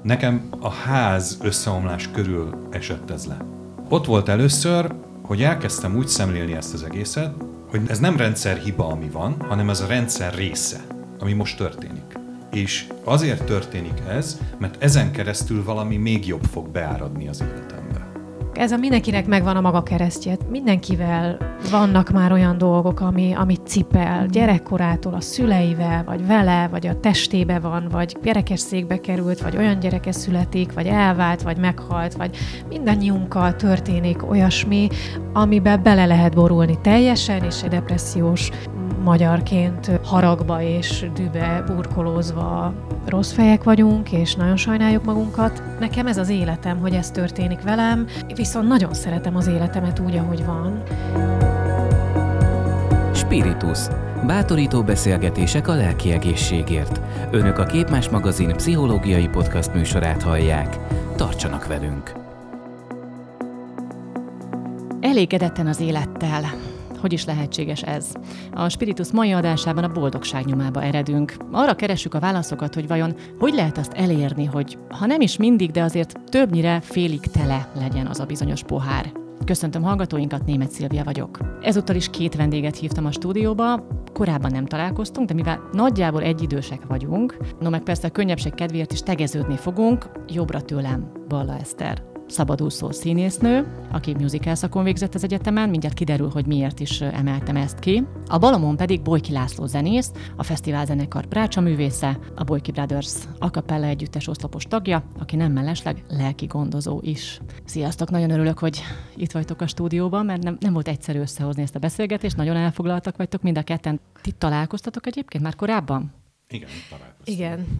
Nekem a ház összeomlás körül esett ez le. Ott volt először, hogy elkezdtem úgy szemlélni ezt az egészet, hogy ez nem rendszerhiba, ami van, hanem ez a rendszer része, ami most történik. És azért történik ez, mert ezen keresztül valami még jobb fog beáradni az életembe. Ez a mindenkinek megvan a maga keresztje. Mindenkivel vannak már olyan dolgok, amit cipel, gyerekkorától a szüleivel, vagy vele, vagy a testébe van, vagy gyerekesszékbe került, vagy olyan gyereke születik, vagy elvált, vagy meghalt, vagy mindannyiunkkal történik olyasmi, amiben bele lehet borulni teljesen, és egy depressziós magyarként haragba és dűbe burkolózva rossz fejek vagyunk, és nagyon sajnáljuk magunkat. Nekem ez az életem, hogy ez történik velem, viszont nagyon szeretem az életemet úgy, ahogy van. Spiritus. Bátorító beszélgetések a lelki egészségért. Önök a Képmás magazin pszichológiai podcast műsorát hallják. Tartsanak velünk! Elégedetten az élettel. Hogy is lehetséges ez? A Spiritus mai adásában a boldogság nyomába eredünk. Arra keressük a válaszokat, hogy vajon hogy lehet azt elérni, hogy ha nem is mindig, de azért többnyire félig tele legyen az a bizonyos pohár. Köszöntöm hallgatóinkat, Németh Szilvia vagyok. Ezúttal is 2 vendéget hívtam a stúdióba, korábban nem találkoztunk, de mivel nagyjából egyidősek vagyunk, meg persze a könnyebbség kedvéért is tegeződni fogunk, jobbra tőlem Balla Eszter, szabadúszó színésznő, aki musical szakon végzett az egyetemen, mindjárt kiderül, hogy miért is emeltem ezt ki. A balomon pedig Bolyki László zenész, a fesztiválzenekar Brácsa művésze, a Bolyki Brothers a cappella együttes oszlopos tagja, aki nem mellesleg lelki gondozó is. Sziasztok, nagyon örülök, hogy itt vagytok a stúdióban, mert nem volt egyszerű összehozni ezt a beszélgetést, nagyon elfoglaltak vagytok mind a ketten. Ti találkoztatok egyébként már korábban? Igen, találkoztunk. Igen.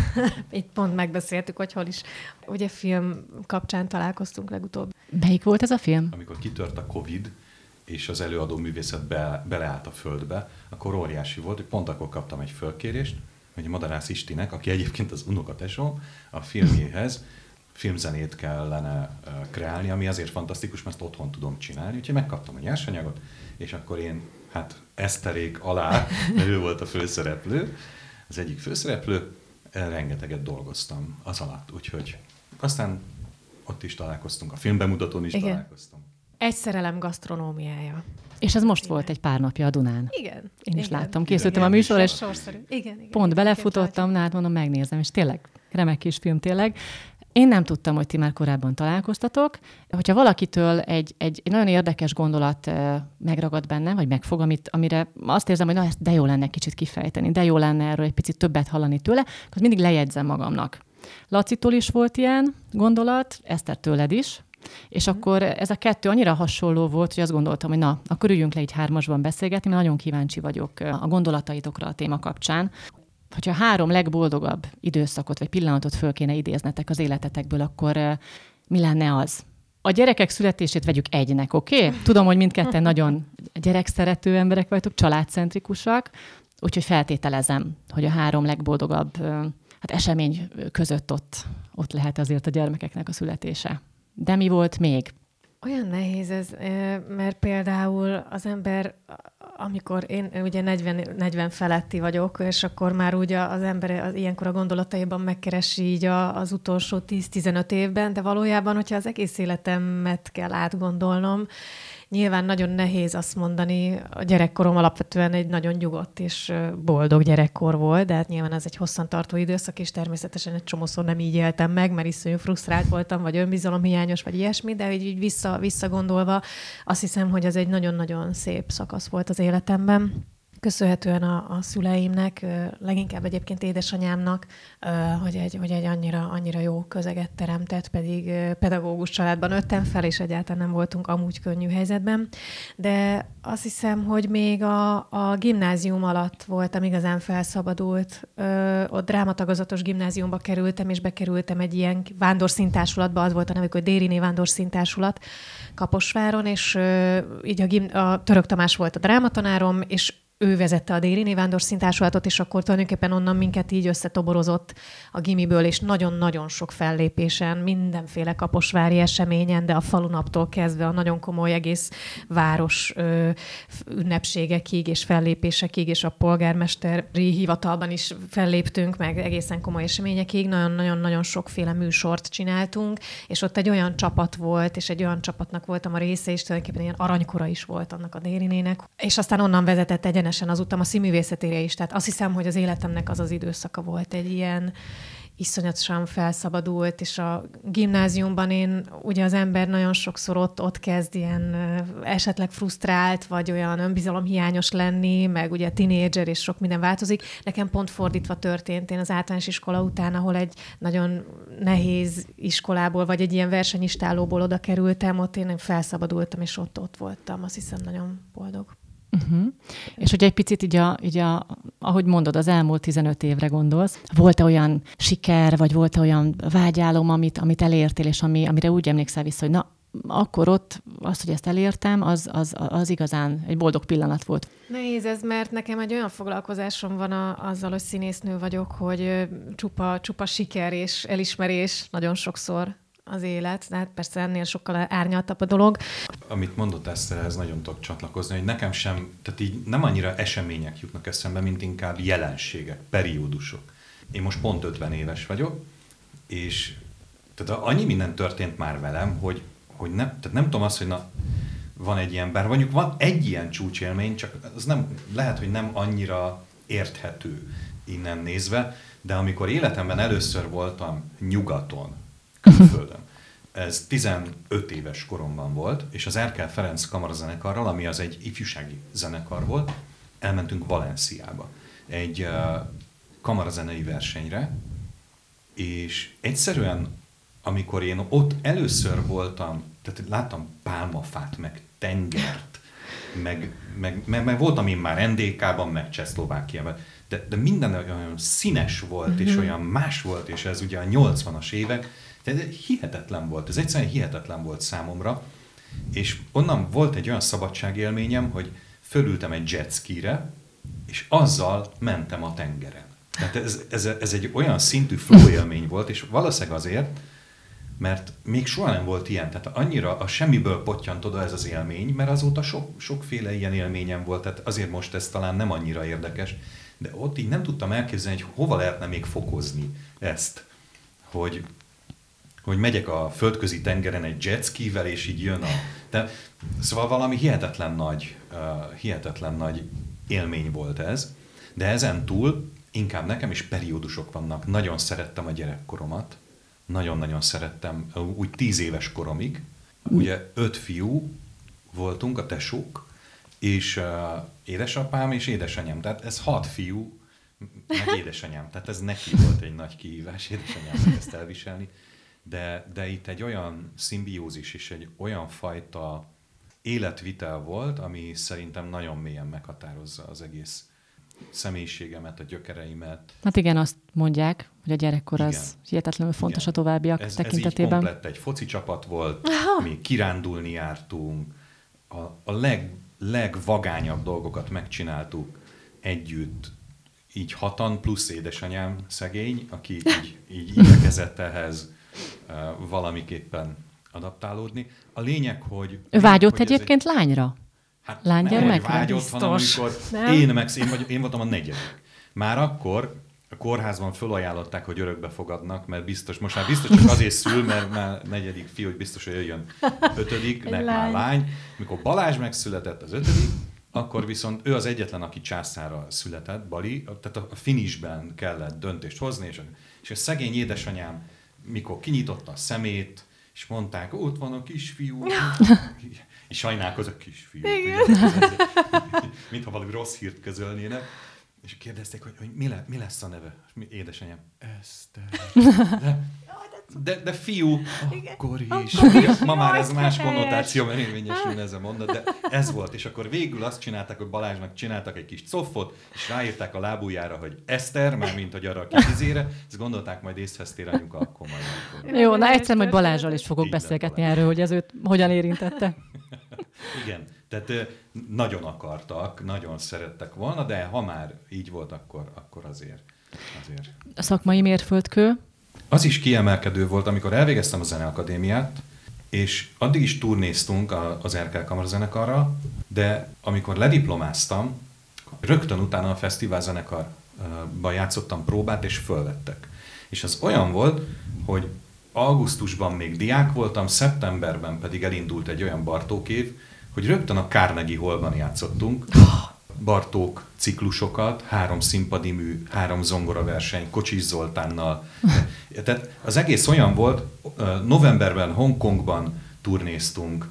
Itt pont megbeszéltük, hogy hol is. Ugye film kapcsán találkoztunk legutóbb. Melyik volt ez a film? Amikor kitört a Covid, és az előadó művészet beleállt a földbe, akkor óriási volt, hogy pont akkor kaptam egy fölkérést, hogy Madarász Istinek, aki egyébként az unokatesóm, a filmjéhez filmzenét kellene kreálni, ami azért fantasztikus, mert ezt otthon tudom csinálni. Úgyhogy megkaptam a nyersanyagot, és akkor én, Eszterék alá, mert ő volt a főszereplő, az egyik főszereplő, rengeteget dolgoztam az alatt, úgyhogy aztán ott is találkoztunk, a filmbemutatón is találkoztunk. Egy szerelem gasztronómiája. És ez most volt egy pár napja a Dunán. Igen. Én is láttam, készültem a műsorra, és igen, pont belefutottam, hát mondom, megnézem, és tényleg remek kis film, tényleg. Én nem tudtam, hogy ti már korábban találkoztatok. Hogyha valakitől egy nagyon érdekes gondolat megragad bennem, vagy megfog, amire azt érzem, hogy ezt de jó lenne kicsit kifejteni, de jó lenne erről egy picit többet hallani tőle, akkor mindig lejegyzem magamnak. Lacitól is volt ilyen gondolat, Eszter tőled is, és akkor ez a 2 annyira hasonló volt, hogy azt gondoltam, hogy na, akkor üljünk le így 3-asban beszélgetni, mert nagyon kíváncsi vagyok a gondolataitokra a téma kapcsán. Hogyha 3 legboldogabb időszakot vagy pillanatot föl kéne idéznetek az életetekből, akkor mi lenne az? A gyerekek születését vegyük egynek, oké? Tudom, hogy mindketten nagyon gyerekszerető emberek vagytok, családcentrikusak, úgyhogy feltételezem, hogy a 3 legboldogabb esemény között ott lehet azért a gyermekeknek a születése. De mi volt még? Olyan nehéz ez, mert például az ember, amikor én ugye 40 feletti vagyok, és akkor már úgy az ember ilyenkor a gondolataiban megkeresi így az utolsó 10-15 évben, de valójában, hogyha az egész életemet kell átgondolnom, nyilván nagyon nehéz azt mondani, a gyerekkorom alapvetően egy nagyon nyugodt és boldog gyerekkor volt, de hát nyilván ez egy hosszantartó időszak, és természetesen egy csomószor nem így éltem meg, mert iszonyú frusztrált voltam, vagy önbizalomhiányos, vagy ilyesmi, de így visszagondolva azt hiszem, hogy ez egy nagyon-nagyon szép szakasz volt az életemben. Köszönhetően a szüleimnek, leginkább egyébként édesanyámnak, hogy egy annyira jó közeget teremtett, pedig pedagógus családban nőttem fel, és egyáltalán nem voltunk amúgy könnyű helyzetben. De azt hiszem, hogy még a gimnázium alatt voltam igazán felszabadult. Ott drámatagozatos gimnáziumba kerültem, és bekerültem egy ilyen vándorszíntársulatba, az volt a nevük, hogy Dériné vándorszíntársulat Kaposváron, és így a Török Tamás volt a drámatanárom, és ő vezette a Déri Névándor Színtársulátot, és akkor tulajdonképpen onnan minket így összetoborozott a gimiből, és nagyon-nagyon sok fellépésen, mindenféle kaposvári eseményen, de a falunaptól kezdve a nagyon komoly egész város ünnepségekig és fellépésekig, és a polgármesteri hivatalban is felléptünk, meg egészen komoly eseményekig, nagyon-nagyon sokféle műsort csináltunk, és ott egy olyan csapat volt, és egy olyan csapatnak voltam a része, és tulajdonképpen ilyen aranykora is volt annak a Dérinének. És aztán onnan vezetett egyenesen az utam a színművészetére is. Tehát azt hiszem, hogy az életemnek az időszaka volt egy ilyen iszonyatosan felszabadult, és a gimnáziumban ugye az ember nagyon sokszor ott kezd ilyen esetleg frusztrált, vagy olyan önbizalomhiányos lenni, meg ugye tinédzser, és sok minden változik. Nekem pont fordítva történt. Én az általános iskola után, ahol egy nagyon nehéz iskolából, vagy egy ilyen versenyistálóból oda kerültem, ott én felszabadultam, és ott voltam. Azt hiszem, nagyon boldog. Uh-huh. És hogy egy picit ahogy mondod, az elmúlt 15 évre gondolsz, volt-e olyan siker, vagy volt-e olyan vágyálom, amit elértél, és amire úgy emlékszel vissza, hogy na, akkor ott az, hogy ezt elértem, az igazán egy boldog pillanat volt. Nehéz ez, mert nekem egy olyan foglalkozásom van azzal, hogy színésznő vagyok, hogy csupa siker és elismerés nagyon sokszor az élet, de hát persze ennél sokkal árnyaltabb a dolog. Amit mondott Eszter, nagyon tudok csatlakozni, hogy nekem sem, tehát így nem annyira események jutnak eszembe, mint inkább jelenségek, periódusok. Én most pont 50 éves vagyok, és tehát annyi minden történt már velem, hogy tehát nem tudom azt, hogy van egy ilyen, bár mondjuk van egy ilyen csúcsélmény, csak az nem, lehet, hogy nem annyira érthető innen nézve, de amikor életemben először voltam nyugaton, külföldön. Ez 15 éves koromban volt, és az Erkel Ferenc kamarazenekarral, ami az egy ifjúsági zenekar volt, elmentünk Valenciába egy kamarazenei versenyre, és egyszerűen, amikor én ott először voltam, tehát láttam pálmafát, meg tengert, meg voltam én már NDK-ban, meg Csehszlovákiában, de minden olyan színes volt, és olyan más volt, és ez ugye a 80-as évek, tehát hihetetlen volt, ez egyszerűen hihetetlen volt számomra, és onnan volt egy olyan szabadságélményem, hogy fölültem egy jetskire, és azzal mentem a tengeren. Tehát ez egy olyan szintű flow élmény volt, és valószínűleg azért, mert még soha nem volt ilyen, tehát annyira a semmiből pottyant oda ez az élmény, mert azóta sokféle ilyen élményem volt, tehát azért most ez talán nem annyira érdekes, de ott így nem tudtam elképzelni, hogy hova lehetne még fokozni ezt, hogy megyek a földközi tengeren egy jetskivel, és így jön Szóval valami hihetetlen nagy élmény volt ez, de ezen túl inkább nekem is periódusok vannak. Nagyon szerettem a gyerekkoromat, nagyon-nagyon szerettem, úgy 10 éves koromig. Ugye 5 fiú voltunk, a tesók, és édesapám és édesanyám. Tehát ez 6 fiú, meg édesanyám. Tehát ez neki volt egy nagy kihívás, édesanyámnak ezt elviselni. De itt egy olyan szimbiózis és egy olyan fajta életvitel volt, ami szerintem nagyon mélyen meghatározza az egész személyiségemet, a gyökereimet. Hát igen, azt mondják, hogy a gyerekkor az hihetetlenül fontos a továbbiak tekintetében. Ez így komplett egy foci csapat volt, mi kirándulni jártunk, a legvagányabb dolgokat megcsináltuk együtt, így 6-an, plusz édesanyám szegény, aki így igyekezett ehhez valamiképpen adaptálódni. A lényeg, hogy... Ő vágyott egyébként lányra? Hát nem vágyott, hanem amikor én voltam a 4. Már akkor a kórházban fölajánlották, hogy örökbe fogadnak, mert most már biztos csak azért szül, mert már 4. fiú, hogy biztos, hogy jöjjön 5-nek már lány. Mikor Balázs megszületett az 5., akkor viszont ő az egyetlen, aki császára született, Bali, tehát a finishben kellett döntést hozni, és a szegény édesanyám, mikor kinyitotta a szemét, és mondták, ott van a kisfiú, és sajnálkozok kisfiú, mintha valami rossz hírt közölnének, és kérdezték, hogy mi lesz a neve? Édesanyám, Eszter. De fiú, akkor is. Ma már ez más konnotációban érvényesül ez a mondat, de ez volt. És akkor végül azt csinálták, hogy Balázsnak csináltak egy kis coffot, és ráírták a lábujjára, hogy Eszter, már mint hogy arra a kis izére, ezt gondolták, majd észhez tér anyuka, akkor majd. Jó, na egyszer majd Balázsral is fogok beszélgetni erről, hogy ez őt hogyan érintette. Igen. Tehát nagyon akartak, nagyon szerettek volna, de ha már így volt, akkor azért. A szakmai mérföldkő? Az is kiemelkedő volt, amikor elvégeztem a zeneakadémiát, és addig is turnéztunk az Erkel kamarazenekarral, de amikor lediplomáztam, rögtön utána a fesztiválzenekarban játszottam próbát, és fölvettek. És az olyan volt, hogy augusztusban még diák voltam, szeptemberben pedig elindult egy olyan Bartók év, hogy rögtön a Carnegie Hallban játszottunk Bartók ciklusokat, 3 színpadi mű, 3 zongoraverseny, Kocsis Zoltánnal. Tehát az egész olyan volt, novemberben Hongkongban turnéztunk,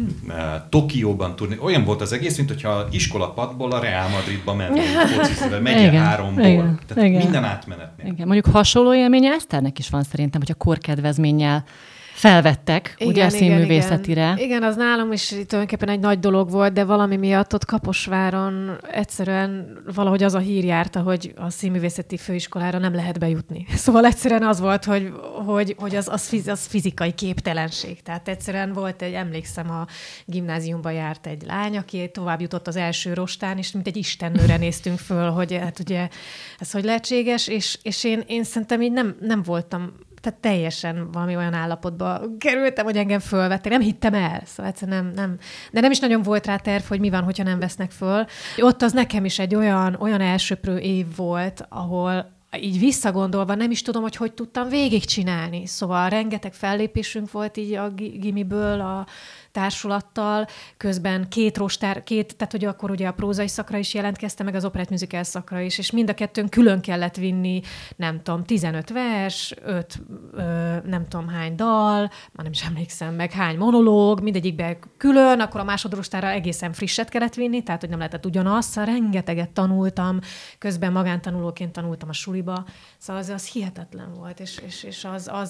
Tokióban turnéztunk, olyan volt az egész, mint hogyha iskolapadból a Real Madridba mennénk focizni, megye 3-ból. Tehát igen. Minden átmenetnél. Igen. Mondjuk hasonló élménye Eszternek is van szerintem, hogy a korkedvezménnyel felvettek, igen, ugye a színművészetire. Igen, az nálam is tulajdonképpen egy nagy dolog volt, de valami miatt ott Kaposváron egyszerűen valahogy az a hír járta, hogy a színművészeti főiskolára nem lehet bejutni. Szóval egyszerűen az volt, hogy az fizikai képtelenség. Tehát egyszerűen volt emlékszem, a gimnáziumban járt egy lány, aki tovább jutott az első rostán, és mint egy istennőre néztünk föl, hogy hát ugye ez hogy lehetséges, és én szerintem így nem voltam, tehát teljesen valami olyan állapotba kerültem, hogy engem fölvettek. Nem hittem el. Szóval egyszerűen nem. De nem is nagyon volt rá terv, hogy mi van, hogyha nem vesznek föl. Ott az nekem is egy olyan elsöprő év volt, ahol így visszagondolva nem is tudom, hogy tudtam végigcsinálni. Szóval rengeteg fellépésünk volt így a gimiből, a társulattal, közben 2 rostár, tehát hogy akkor ugye a prózai szakra is jelentkeztem, meg az operett musical szakra is, és mind a kettőn külön kellett vinni, nem tudom, 15 vers, 5 nem tudom hány dal, már nem is emlékszem meg, hány monológ, mindegyikben külön, akkor a másodrostára egészen frisset kellett vinni, tehát hogy nem lehetett ugyanazt, szóval rengeteget tanultam, közben magántanulóként tanultam a suliba, szóval az hihetetlen volt, és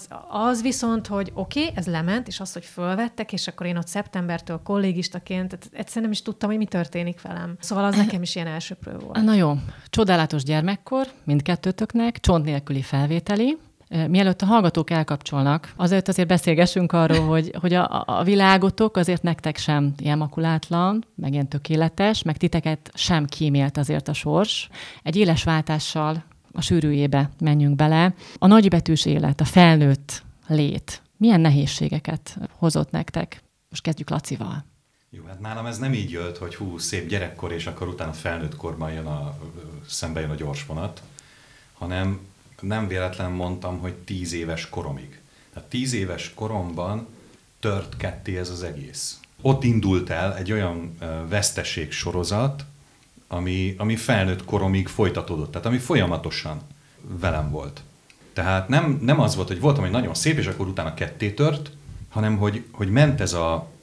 az viszont, hogy oké, ez lement, és az, hogy fölvettek, és akkor én ott szeptembertől kollégistaként, egyszerűen nem is tudtam, hogy mi történik velem. Szóval az nekem is ilyen elsöprő volt. Na jó, csodálatos gyermekkor, mindkettőtöknek, csont nélküli felvételi. Mielőtt a hallgatók elkapcsolnak, azért beszélgessünk arról, hogy a világotok azért nektek sem ilyen makulátlan, meg ilyen tökéletes, meg titeket sem kímélt azért a sors. Egy éles váltással a sűrűjébe menjünk bele. A nagybetűs élet, a felnőtt lét milyen nehézségeket hozott nektek? Most kezdjük Lacival. Jó, hát nálam ez nem így jött, hogy szép gyerekkor, és akkor utána felnőtt korban szembe jön a gyorsvonat, hanem nem véletlen mondtam, hogy 10 éves koromig. Tehát 10 éves koromban tört ketté ez az egész. Ott indult el egy olyan veszteség sorozat, ami felnőtt koromig folytatódott, tehát ami folyamatosan velem volt. Tehát nem az volt, hogy voltam egy nagyon szép, és akkor utána ketté tört, hanem hogy ment ez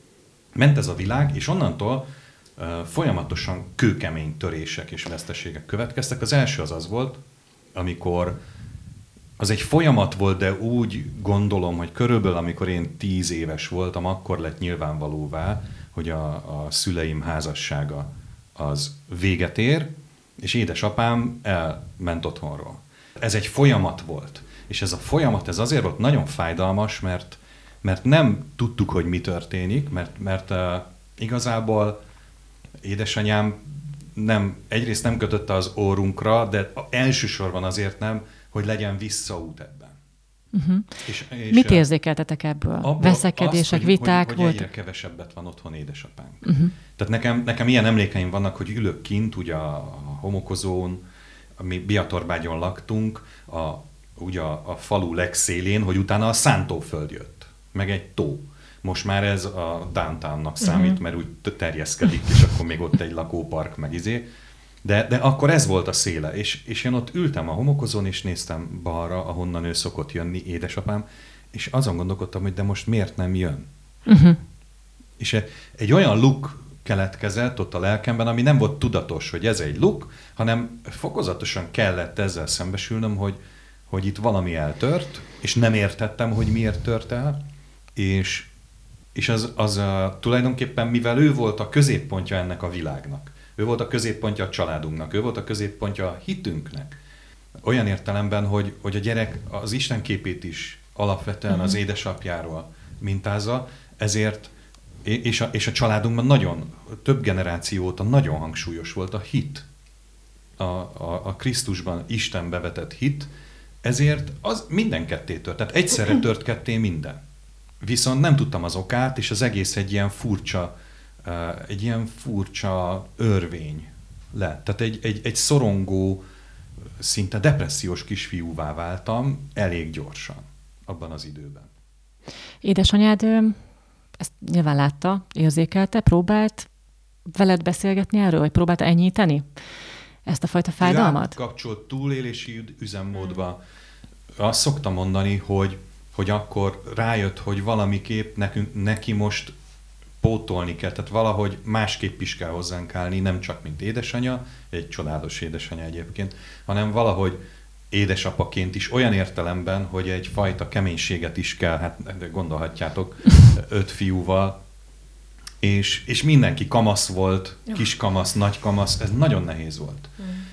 a világ, és onnantól folyamatosan kőkemény törések és veszteségek következtek. Az első az volt, amikor az egy folyamat volt, de úgy gondolom, hogy körülbelül amikor én 10 éves voltam, akkor lett nyilvánvalóvá, hogy a szüleim házassága az véget ér, és édesapám elment otthonról. Ez egy folyamat volt. És ez a folyamat ez azért volt nagyon fájdalmas, mert nem tudtuk, hogy mi történik, mert igazából édesanyám egyrészt nem kötötte az orrunkra, de elsősorban azért nem, hogy legyen visszaút ebben. Uh-huh. És mit érzékeltetek ebből? Veszekedések, viták hogy voltak? Egyre kevesebbet van otthon édesapánk. Uh-huh. Tehát nekem ilyen emlékeim vannak, hogy ülök kint, ugye a homokozón, mi Biatorbágyon laktunk, ugye a falu legszélén, hogy utána a szántóföld jött, meg egy tó. Most már ez a downtownnak számít, mert úgy terjeszkedik, és akkor még ott egy lakópark, meg De akkor ez volt a széle, és én ott ültem a homokozón, és néztem balra, ahonnan ő szokott jönni, édesapám, és azon gondolkodtam, hogy de most miért nem jön? Uh-huh. És egy olyan look keletkezett ott a lelkemben, ami nem volt tudatos, hogy ez egy look, hanem fokozatosan kellett ezzel szembesülnöm, hogy itt valami eltört, és nem értettem, hogy miért tört el, és az tulajdonképpen, mivel ő volt a középpontja ennek a világnak, ő volt a középpontja a családunknak, ő volt a középpontja a hitünknek. Olyan értelemben, hogy a gyerek az Isten képét is alapvetően az édesapjáról mintázza, ezért És a családunkban nagyon, több generáció óta nagyon hangsúlyos volt a hit. A Krisztusban Istenbe vetett hit, ezért az minden ketté tört. Tehát egyszerre tört ketté minden. Viszont nem tudtam az okát, és az egész egy ilyen furcsa örvény lett. Tehát egy szorongó, szinte depressziós kisfiúvá váltam elég gyorsan abban az időben. Édesanyád ezt nyilván látta, érzékelte, próbált veled beszélgetni erről, vagy próbálta enyhíteni ezt a fajta fájdalmat? Kapcsolt túlélési üzemmódba. Azt szoktam mondani, hogy akkor rájött, hogy valamiképp neki most pótolni kell, tehát valahogy másképp is kell hozzánk állni, nem csak mint édesanyja, egy csodálatos édesanyja egyébként, hanem valahogy édesapaként is olyan értelemben, hogy egyfajta keménységet is kell, hát gondolhatjátok, 5 fiúval, és mindenki kamasz volt, kiskamasz, nagykamasz, ez nagyon nehéz volt.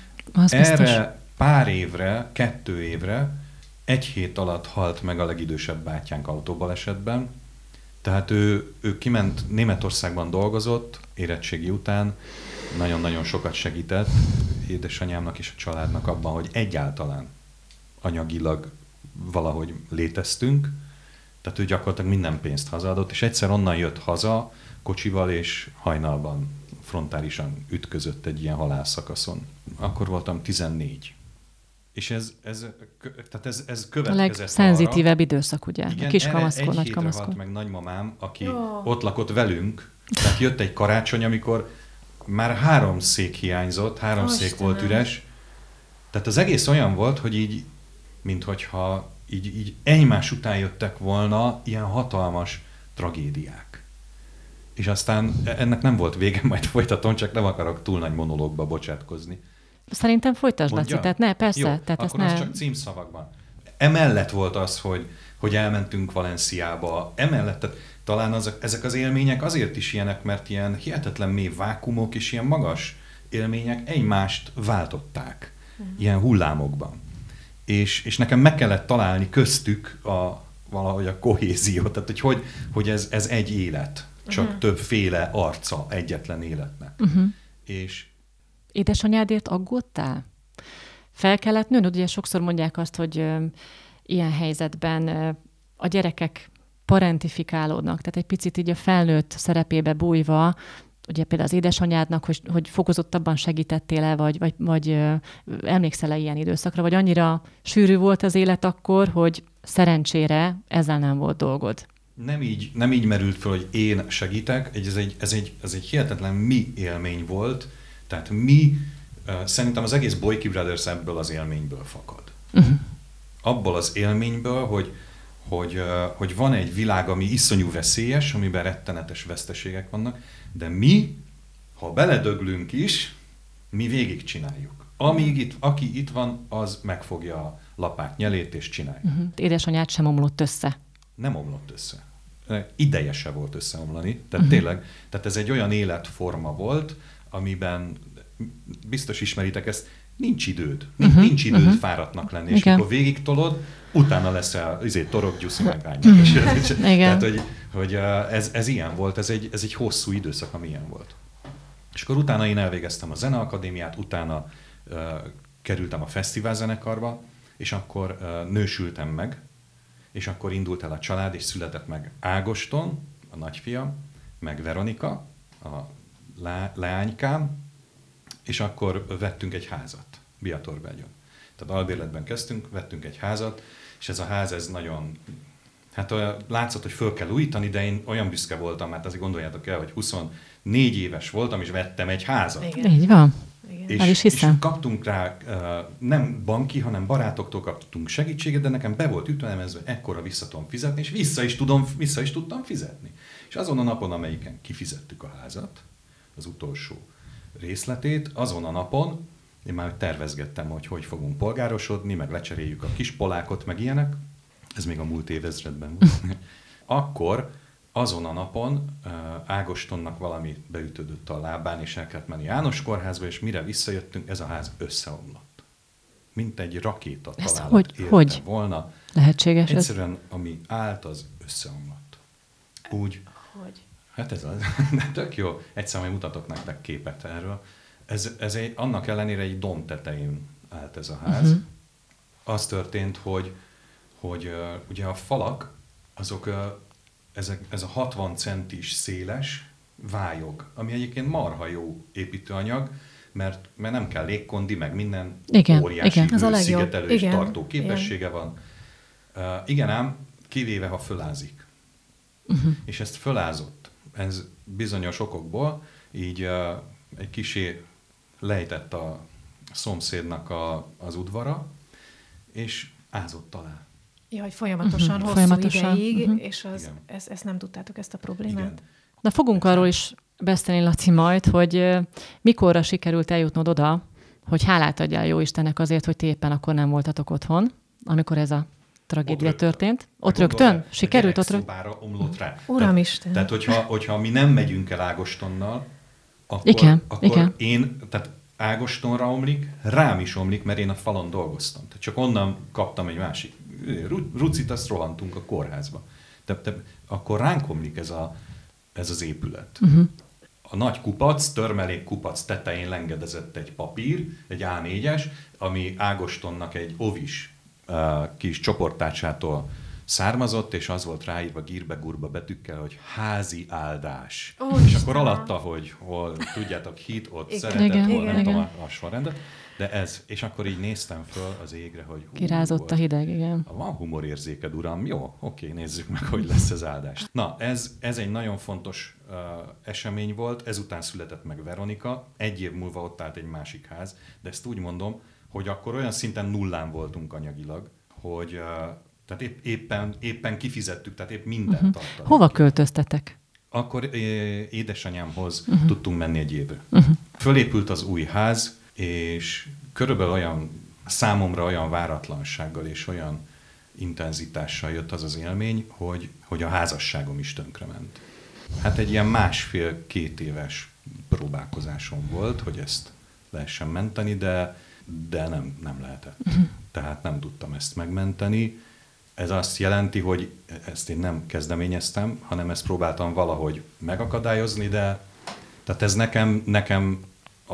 Erre pár évre, 2 évre, 1 hét alatt halt meg a legidősebb bátyánk autóbalesetben. Tehát ő kiment, Németországban dolgozott, érettségi után, nagyon-nagyon sokat segített édesanyámnak és a családnak abban, hogy egyáltalán anyagilag valahogy léteztünk. Tehát ő gyakorlatilag minden pénzt hazaadott, és egyszer onnan jött haza kocsival, és hajnalban frontálisan ütközött egy ilyen halálszakaszon. Akkor voltam 14. És ez következett a legszenzitívebb időszak, ugye? Igen, a kiskamaszkor, egy hétre halt meg nagymamám, aki ott lakott velünk. Tehát jött egy karácsony, amikor már 3 szék hiányzott, 3 szék volt üres. Tehát az egész olyan volt, hogy így, minthogyha így egymás után jöttek volna ilyen hatalmas tragédiák. És aztán ennek nem volt vége, majd folytatom, csak nem akarok túl nagy monológba bocsátkozni. Szerintem folytasd, Laci, tehát ne, persze. Jó, tehát akkor az csak címszavakban. Emellett volt az, hogy elmentünk Valenciába, emellett, tehát talán ezek az élmények azért is ilyenek, mert ilyen hihetetlen mély vákumok és ilyen magas élmények egymást váltották, ilyen hullámokban. És nekem meg kellett találni köztük valahogy a kohéziót, tehát hogy ez egy élet, csak többféle arca egyetlen életnek. És édesanyádért aggódtál? Fel kellett nőnöd? Ugye sokszor mondják azt, hogy ilyen helyzetben a gyerekek parentifikálódnak, tehát egy picit így a felnőtt szerepébe bújva, ugye például az édesanyádnak, hogy fokozottabban segítettél el, vagy emlékszel-e ilyen időszakra, vagy annyira sűrű volt az élet akkor, hogy szerencsére ezzel nem volt dolgod. Nem így merült fel, hogy én segítek, ez egy hihetetlen mi élmény volt, tehát szerintem az egész Boyki Brothers ebből az élményből fakad. Abból az élményből, hogy van egy világ, ami iszonyú veszélyes, amiben rettenetes veszteségek vannak, de mi, ha beledöglünk is, mi végigcsináljuk. Aki itt van, az megfogja a lapát nyelét és csinálja. Édesanyád sem omlott össze. Nem omlott össze. Ideje se volt összeomlani. Tehát tényleg, tehát ez egy olyan életforma volt, amiben biztos ismeritek ezt, nincs időd. Nincs időd fáradtnak lenni. És amikor végig tolod, utána leszel torok, gyuszi, meg ányos. Tehát, hogy ez ilyen volt, ez egy hosszú időszak, ami ilyen volt. És akkor utána én elvégeztem a zeneakadémiát, utána kerültem a fesztiválzenekarba, és akkor nősültem meg, és akkor indult el a család, és született meg Ágoston, a nagyfiam, meg Veronika, a leánykám, és akkor vettünk egy házat Biatorbágyon. Tehát albérletben kezdtünk, vettünk egy házat, és ez a ház, ez nagyon, hát látszott, hogy föl kell újítani, de én olyan büszke voltam, mert azért gondoljátok el, hogy 24 éves voltam, és vettem egy házat. Igen. Így van. És kaptunk rá, nem banki, hanem barátoktól kaptunk segítséget, de nekem be volt ütemezve, ekkora vissza tudom fizetni, és vissza is tudtam fizetni. És azon a napon, amelyiken kifizettük a házat, az utolsó részletét, azon a napon én már tervezgettem, hogy fogunk polgárosodni, meg lecseréljük a kis polákot, meg ilyenek. Ez még a múlt évezredben volt. Akkor azon a napon Ágostonnak valami beütődött a lábán, és el kellett menni János kórházba, és mire visszajöttünk, ez a ház összeomlott. Mint egy rakéta találat érte volna. Lehetséges egyszerűen, ami állt, az összeomlott. Úgy. Hogy? Hát ez az. Tök jó. Egyszer majd mutatok nektek képet erről. Ez annak ellenére egy domb tetején állt ez a ház. Az történt, hogy ugye a falak, azok ez a 60 centis széles vályog, ami egyébként marha jó építőanyag, mert nem kell légkondi, meg minden óriási szigetelő és tartó képessége van. Igen ám, kivéve, ha fölázik. És ezt fölázott. Ez bizonyos okokból így egy kisé lejtett a szomszédnak az udvara, és ázott alá. Ja, hogy folyamatosan, hosszú ideig, és ezt nem tudtátok, ezt a problémát? Igen. Na fogunk arról is beszélni, Laci, majd, hogy mikorra sikerült eljutnod oda, hogy hálát adjál Jóistennek azért, hogy ti éppen akkor nem voltatok otthon, amikor ez a tragédia történt. Ott rögtön? Sikerült ott rögtön? Szobára omlott rá. Uramisten! Tehát hogyha mi nem megyünk el Ágostonnal, akkor igen. tehát Ágostonra omlik, rám is omlik, mert én a falon dolgoztam. Tehát csak onnan kaptam egy másik. Rucit, azt rohantunk a kórházba. Akkor ránk omlik ez az épület. A nagy kupac, törmelék kupac tetején lengedezett egy papír, egy A4-es, ami Ágostonnak egy ovis kis csoporttársától származott, és az volt ráírva gírbe-gurba betűkkel, hogy házi áldás. És akkor alatta, hogy hol, tudjátok, hit, ott szeretet, hol nem tudom a sorrendet, de ez. És akkor így néztem föl az égre, hogy kirázott a hideg, igen. Van humorérzéked, uram? Jó, oké, nézzük meg, hogy lesz az áldás. Na, ez egy nagyon fontos esemény volt, ezután született meg Veronika, 1 év múlva ott állt egy másik ház, de ezt úgy mondom, hogy akkor olyan szinten nullán voltunk anyagilag, hogy tehát éppen kifizettük, tehát épp mindent tartalunk. Hova költöztetek? Akkor édesanyámhoz tudtunk menni egy évre. Fölépült az új ház, és körülbelül számomra olyan váratlansággal és olyan intenzitással jött az élmény, hogy a házasságom is tönkrement. Hát egy ilyen 1,5-2 éves próbálkozásom volt, hogy ezt lehessen menteni, de nem lehetett. Tehát nem tudtam ezt megmenteni. Ez azt jelenti, hogy ezt én nem kezdeményeztem, hanem ezt próbáltam valahogy megakadályozni, de tehát ez nekem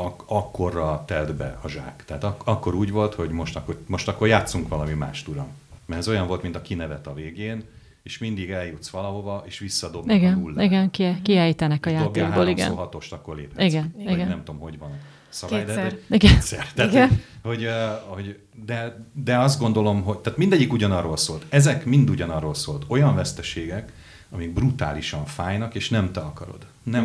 akkorra telt be a zsák. Tehát akkor úgy volt, hogy most akkor játszunk valami mást, uram. Mert ez olyan volt, mint a kinevet a végén, és mindig eljutsz valahova, és visszadobnak a nullát. Igen, kiejtenek a játékból, igen. Dobjál 3-6-ost, akkor léphetsz. Igen. Nem tudom, hogy van a szabály, Kétszer. Tehát, de azt gondolom, hogy tehát mindegyik ugyanarról szólt. Ezek mind ugyanarról szólt. Olyan veszteségek, amik brutálisan fájnak, és nem te akarod.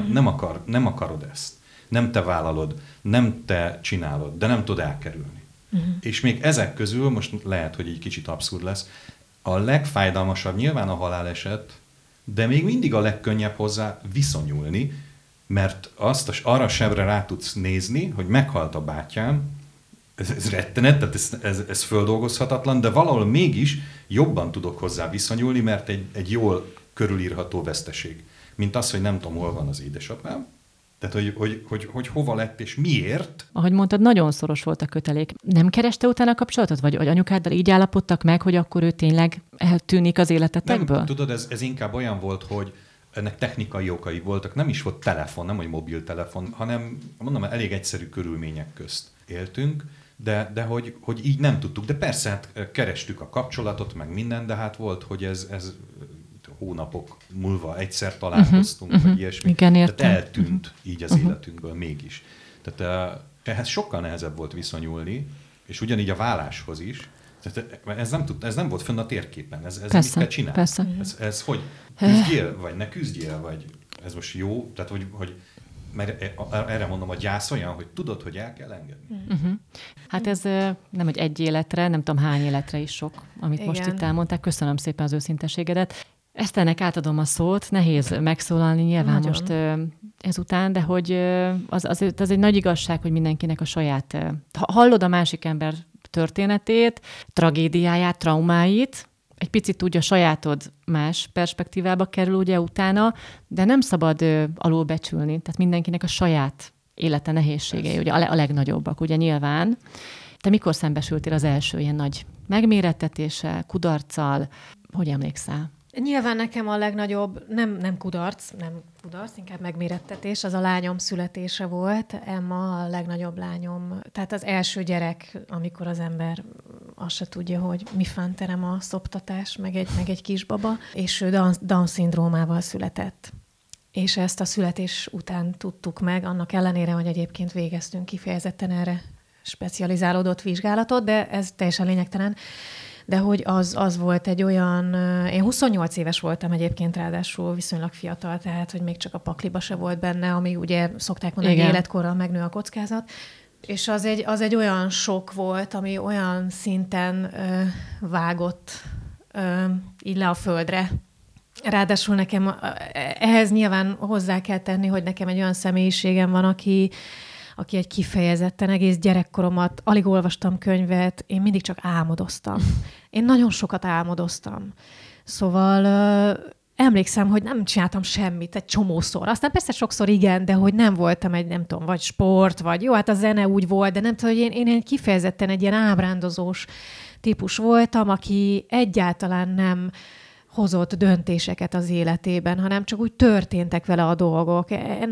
Nem akarod ezt. Nem te vállalod, nem te csinálod, de nem tudod elkerülni. És még ezek közül, most lehet, hogy egy kicsit abszurd lesz, a legfájdalmasabb nyilván a haláleset, de még mindig a legkönnyebb hozzá viszonyulni, mert arra sebre rá tudsz nézni, hogy meghalt a bátyám, ez rettenet, tehát ez földolgozhatatlan, de valahol mégis jobban tudok hozzá viszonyulni, mert egy jól körülírható veszteség. Mint az, hogy nem tudom, hol van az édesapám, tehát, hogy hova lett és miért. Ahogy mondtad, nagyon szoros volt a kötelék. Nem kereste utána a kapcsolatot? Vagy anyukáddal így állapodtak meg, hogy akkor ő tényleg eltűnik az életetekből? Nem, tudod, ez inkább olyan volt, hogy ennek technikai okai voltak. Nem is volt telefon, nem hogy mobiltelefon, hanem mondom, elég egyszerű körülmények közt éltünk, de hogy így nem tudtuk. De persze, hát kerestük a kapcsolatot, meg minden, de hát volt, hogy ez hónapok múlva egyszer találkoztunk, vagy ilyesmi. Igen, tehát eltűnt így az életünkből mégis. Tehát ehhez sokkal nehezebb volt viszonyulni, és ugyanígy a válláshoz is. Tehát ez nem volt fönn a térképen. Ez mit kell csinálni? Persze. Ez hogy küzdjél, vagy ne küzdjél, vagy ez most jó? Tehát, hogy mert erre mondom, a gyász olyan, hogy tudod, hogy el kell engedni. Hát ez nem egy életre, nem tudom hány életre is sok, amit igen. Most itt elmondták. Köszönöm szépen az őszinteségedet. Eszternek átadom a szót, nehéz megszólalni nyilván nagyon. Most ezután, de hogy az egy nagy igazság, hogy mindenkinek a saját... Hallod a másik ember történetét, tragédiáját, traumáit, egy picit úgy a sajátod más perspektívába kerül ugye utána, de nem szabad alulbecsülni, tehát mindenkinek a saját élete nehézségei, ugye a legnagyobbak, ugye nyilván. Te mikor szembesültél az első ilyen nagy megmérettetéssel, kudarccal? Hogy emlékszel? Nyilván nekem a legnagyobb, nem kudarc, inkább megmérettetés, az a lányom születése volt. Emma a legnagyobb lányom, tehát az első gyerek, amikor az ember azt se tudja, hogy mi fánterem a szoptatás, meg egy kisbaba, és ő Down-szindrómával született. És ezt a születés után tudtuk meg, annak ellenére, hogy egyébként végeztünk kifejezetten erre specializálódott vizsgálatot, de ez teljesen lényegtelen. De hogy az volt egy olyan... Én 28 éves voltam egyébként, ráadásul viszonylag fiatal, tehát hogy még csak a pakliba se volt benne, ami ugye szokták mondani, hogy életkorral megnő a kockázat. És az egy olyan sok volt, ami olyan szinten vágott így le a földre. Ráadásul nekem ehhez nyilván hozzá kell tenni, hogy nekem egy olyan személyiségem van, aki egy kifejezetten egész gyerekkoromat, alig olvastam könyvet, én mindig csak álmodoztam. Én nagyon sokat álmodoztam. Szóval emlékszem, hogy nem csináltam semmit egy csomószor. Aztán persze sokszor igen, de hogy nem voltam egy, nem tudom, vagy sport, vagy jó, hát a zene úgy volt, de nem tudom, hogy én kifejezetten egy ilyen ábrándozós típus voltam, aki egyáltalán nem hozott döntéseket az életében, hanem csak úgy történtek vele a dolgok.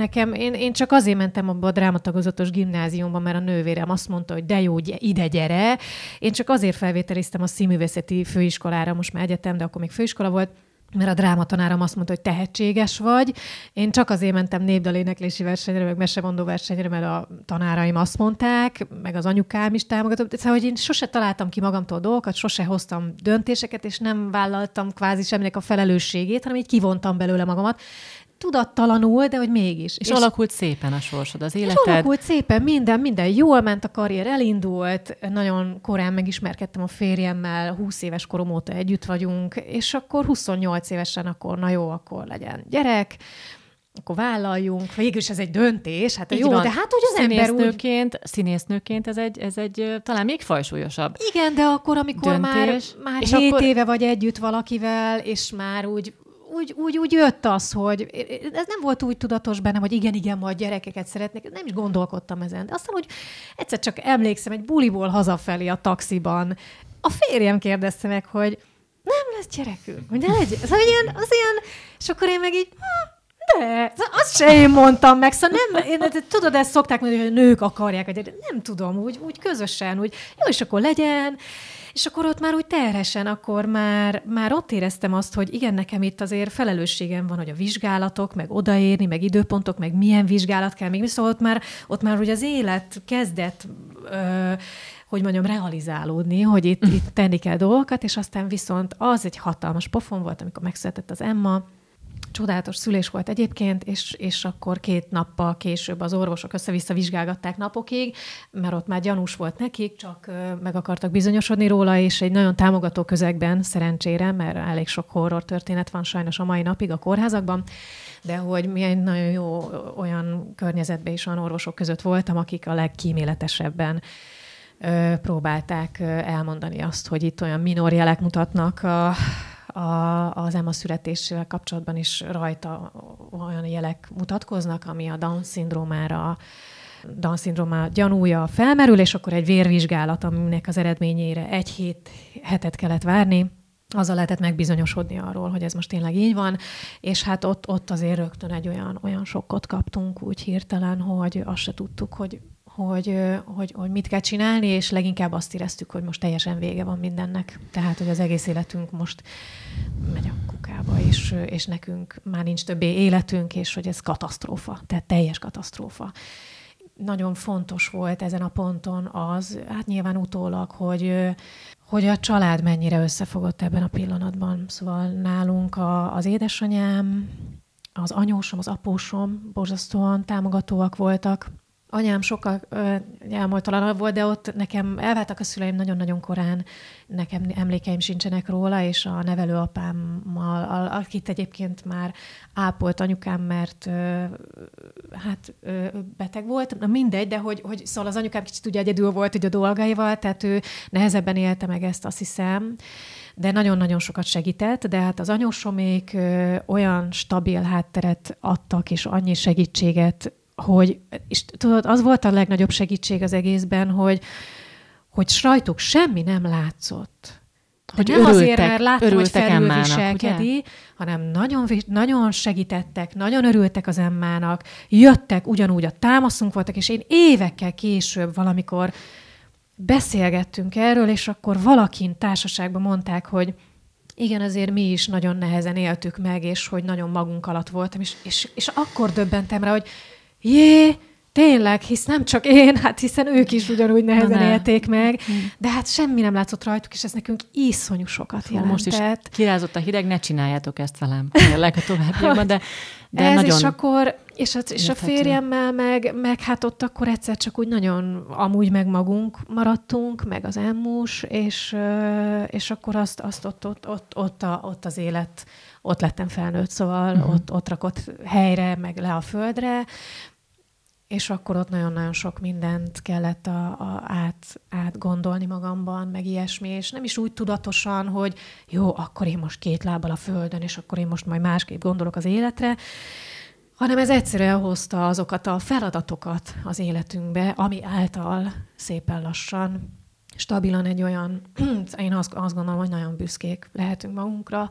Én csak azért mentem abba a drámatagozatos gimnáziumba, mert a nővérem azt mondta, hogy de jó, ide gyere. Én csak azért felvételiztem a színművészeti főiskolára, most már egyetem, de akkor még főiskola volt, mert a drámatanárom azt mondta, hogy tehetséges vagy. Én csak azért mentem népdaléneklési versenyre, meg mesemondó versenyre, mert a tanáraim azt mondták, meg az anyukám is támogatott. Szóval, hogy én sose találtam ki magamtól dolgokat, sose hoztam döntéseket, és nem vállaltam kvázi semminek a felelősségét, hanem így kivontam belőle magamat. Tudattalanul, de hogy mégis. És alakult szépen a sorsod, az életed. És alakult szépen, minden jól ment, a karrier elindult, nagyon korán megismerkedtem a férjemmel, 20 éves korom óta együtt vagyunk, és akkor 28 évesen, akkor na jó, akkor legyen gyerek, akkor vállaljunk, végülis ez egy döntés, hát jó, van. De hát úgy az ember úgy... Színésznőként ez egy talán még fajsúlyosabb igen, de akkor, amikor döntés, már 7 éve vagy együtt valakivel, és már úgy jött az, hogy ez nem volt úgy tudatos bennem, hogy igen, majd gyerekeket szeretnék, nem is gondolkodtam ezen. De aztán, hogy egyszer csak emlékszem, egy buliból hazafelé a taxiban, a férjem kérdezte meg, hogy nem lesz gyerekünk, hogy ne legyen. Szóval az ilyen, és akkor én meg így, de, azt se én mondtam meg, szóval tudod, ezt szokták mondani, hogy a nők akarják a gyereket. Nem tudom, úgy közösen, úgy jó, és akkor legyen. És akkor ott már úgy terhesen, akkor már ott éreztem azt, hogy igen, nekem itt azért felelősségem van, hogy a vizsgálatok, meg odaérni, meg időpontok, meg milyen vizsgálat kell még. Szóval ott már ugye az élet kezdett, hogy mondjam, realizálódni, hogy itt tenni kell dolgokat, és aztán viszont az egy hatalmas pofon volt, amikor megszületett az Emma. Csodálatos szülés volt egyébként, és akkor 2 nappal később az orvosok össze-vissza vizsgálgatták napokig, mert ott már gyanús volt nekik, csak meg akartak bizonyosodni róla, és egy nagyon támogató közegben, szerencsére, mert elég sok horror történet van sajnos a mai napig a kórházakban, de hogy mi egy nagyon jó olyan környezetben is olyan orvosok között voltam, akik a legkíméletesebben próbálták elmondani azt, hogy itt olyan minor jelek mutatnak az Emma születésével kapcsolatban is rajta olyan jelek mutatkoznak, ami a Down-szindróma gyanúja felmerül, és akkor egy vérvizsgálat, aminek az eredményére 1 hetet kellett várni, azzal lehetett megbizonyosodni arról, hogy ez most tényleg így van, és hát ott azért rögtön egy olyan sokkot kaptunk úgy hirtelen, hogy azt se tudtuk, hogy mit kell csinálni, és leginkább azt éreztük, hogy most teljesen vége van mindennek. Tehát, hogy az egész életünk most megy a kukába, és nekünk már nincs többé életünk, és hogy ez katasztrófa, tehát teljes katasztrófa. Nagyon fontos volt ezen a ponton az, hát nyilván utólag, hogy a család mennyire összefogott ebben a pillanatban. Szóval nálunk az édesanyám, az anyósom, az apósom borzasztóan támogatóak voltak. Anyám sokkal elmúltalanabb volt, de ott nekem elváltak a szüleim nagyon-nagyon korán, nekem emlékeim sincsenek róla, és a nevelőapámmal, akit egyébként már ápolt anyukám, mert beteg volt, na mindegy, de hogy szóval az anyukám kicsit ugye egyedül volt ugye a dolgaival, tehát ő nehezebben élte meg ezt, azt hiszem, de nagyon-nagyon sokat segített, de hát az anyósomék olyan stabil hátteret adtak, és annyi segítséget, és tudod, az volt a legnagyobb segítség az egészben, hogy rajtuk semmi nem látszott. Hogy nem örültek, azért, mert láttam, hogy felülviselkedi, ugye? hanem nagyon segítettek, nagyon örültek az Emmának, jöttek ugyanúgy, a támaszunk voltak, és én évekkel később valamikor beszélgettünk erről, és akkor valakin társaságban mondták, hogy igen, azért mi is nagyon nehezen éltük meg, és hogy nagyon magunk alatt voltam, és akkor döbbentem rá, hogy tényleg, hisz nem csak én, hát hiszen ők is ugyanúgy nehezen élték meg, de hát semmi nem látszott rajtuk, és ez nekünk iszonyú sokat jelentett. Most is kirázott a hideg, ne csináljátok ezt velem, tényleg a továbbiakban, de ez nagyon... És akkor, és a férjemmel meg hát ott akkor egyszer csak úgy nagyon amúgy meg magunk maradtunk, meg az Emmus, és akkor azt ott az élet, ott lettem felnőtt, szóval ott rakott helyre, meg le a földre, és akkor ott nagyon-nagyon sok mindent kellett átgondolni magamban, meg ilyesmi, és nem is úgy tudatosan, hogy jó, akkor én most 2 lábbal a földön, és akkor én most majd másképp gondolok az életre, hanem ez egyszerűen hozta azokat a feladatokat az életünkbe, ami által szépen lassan, stabilan egy olyan, én azt gondolom, hogy nagyon büszkék lehetünk magunkra,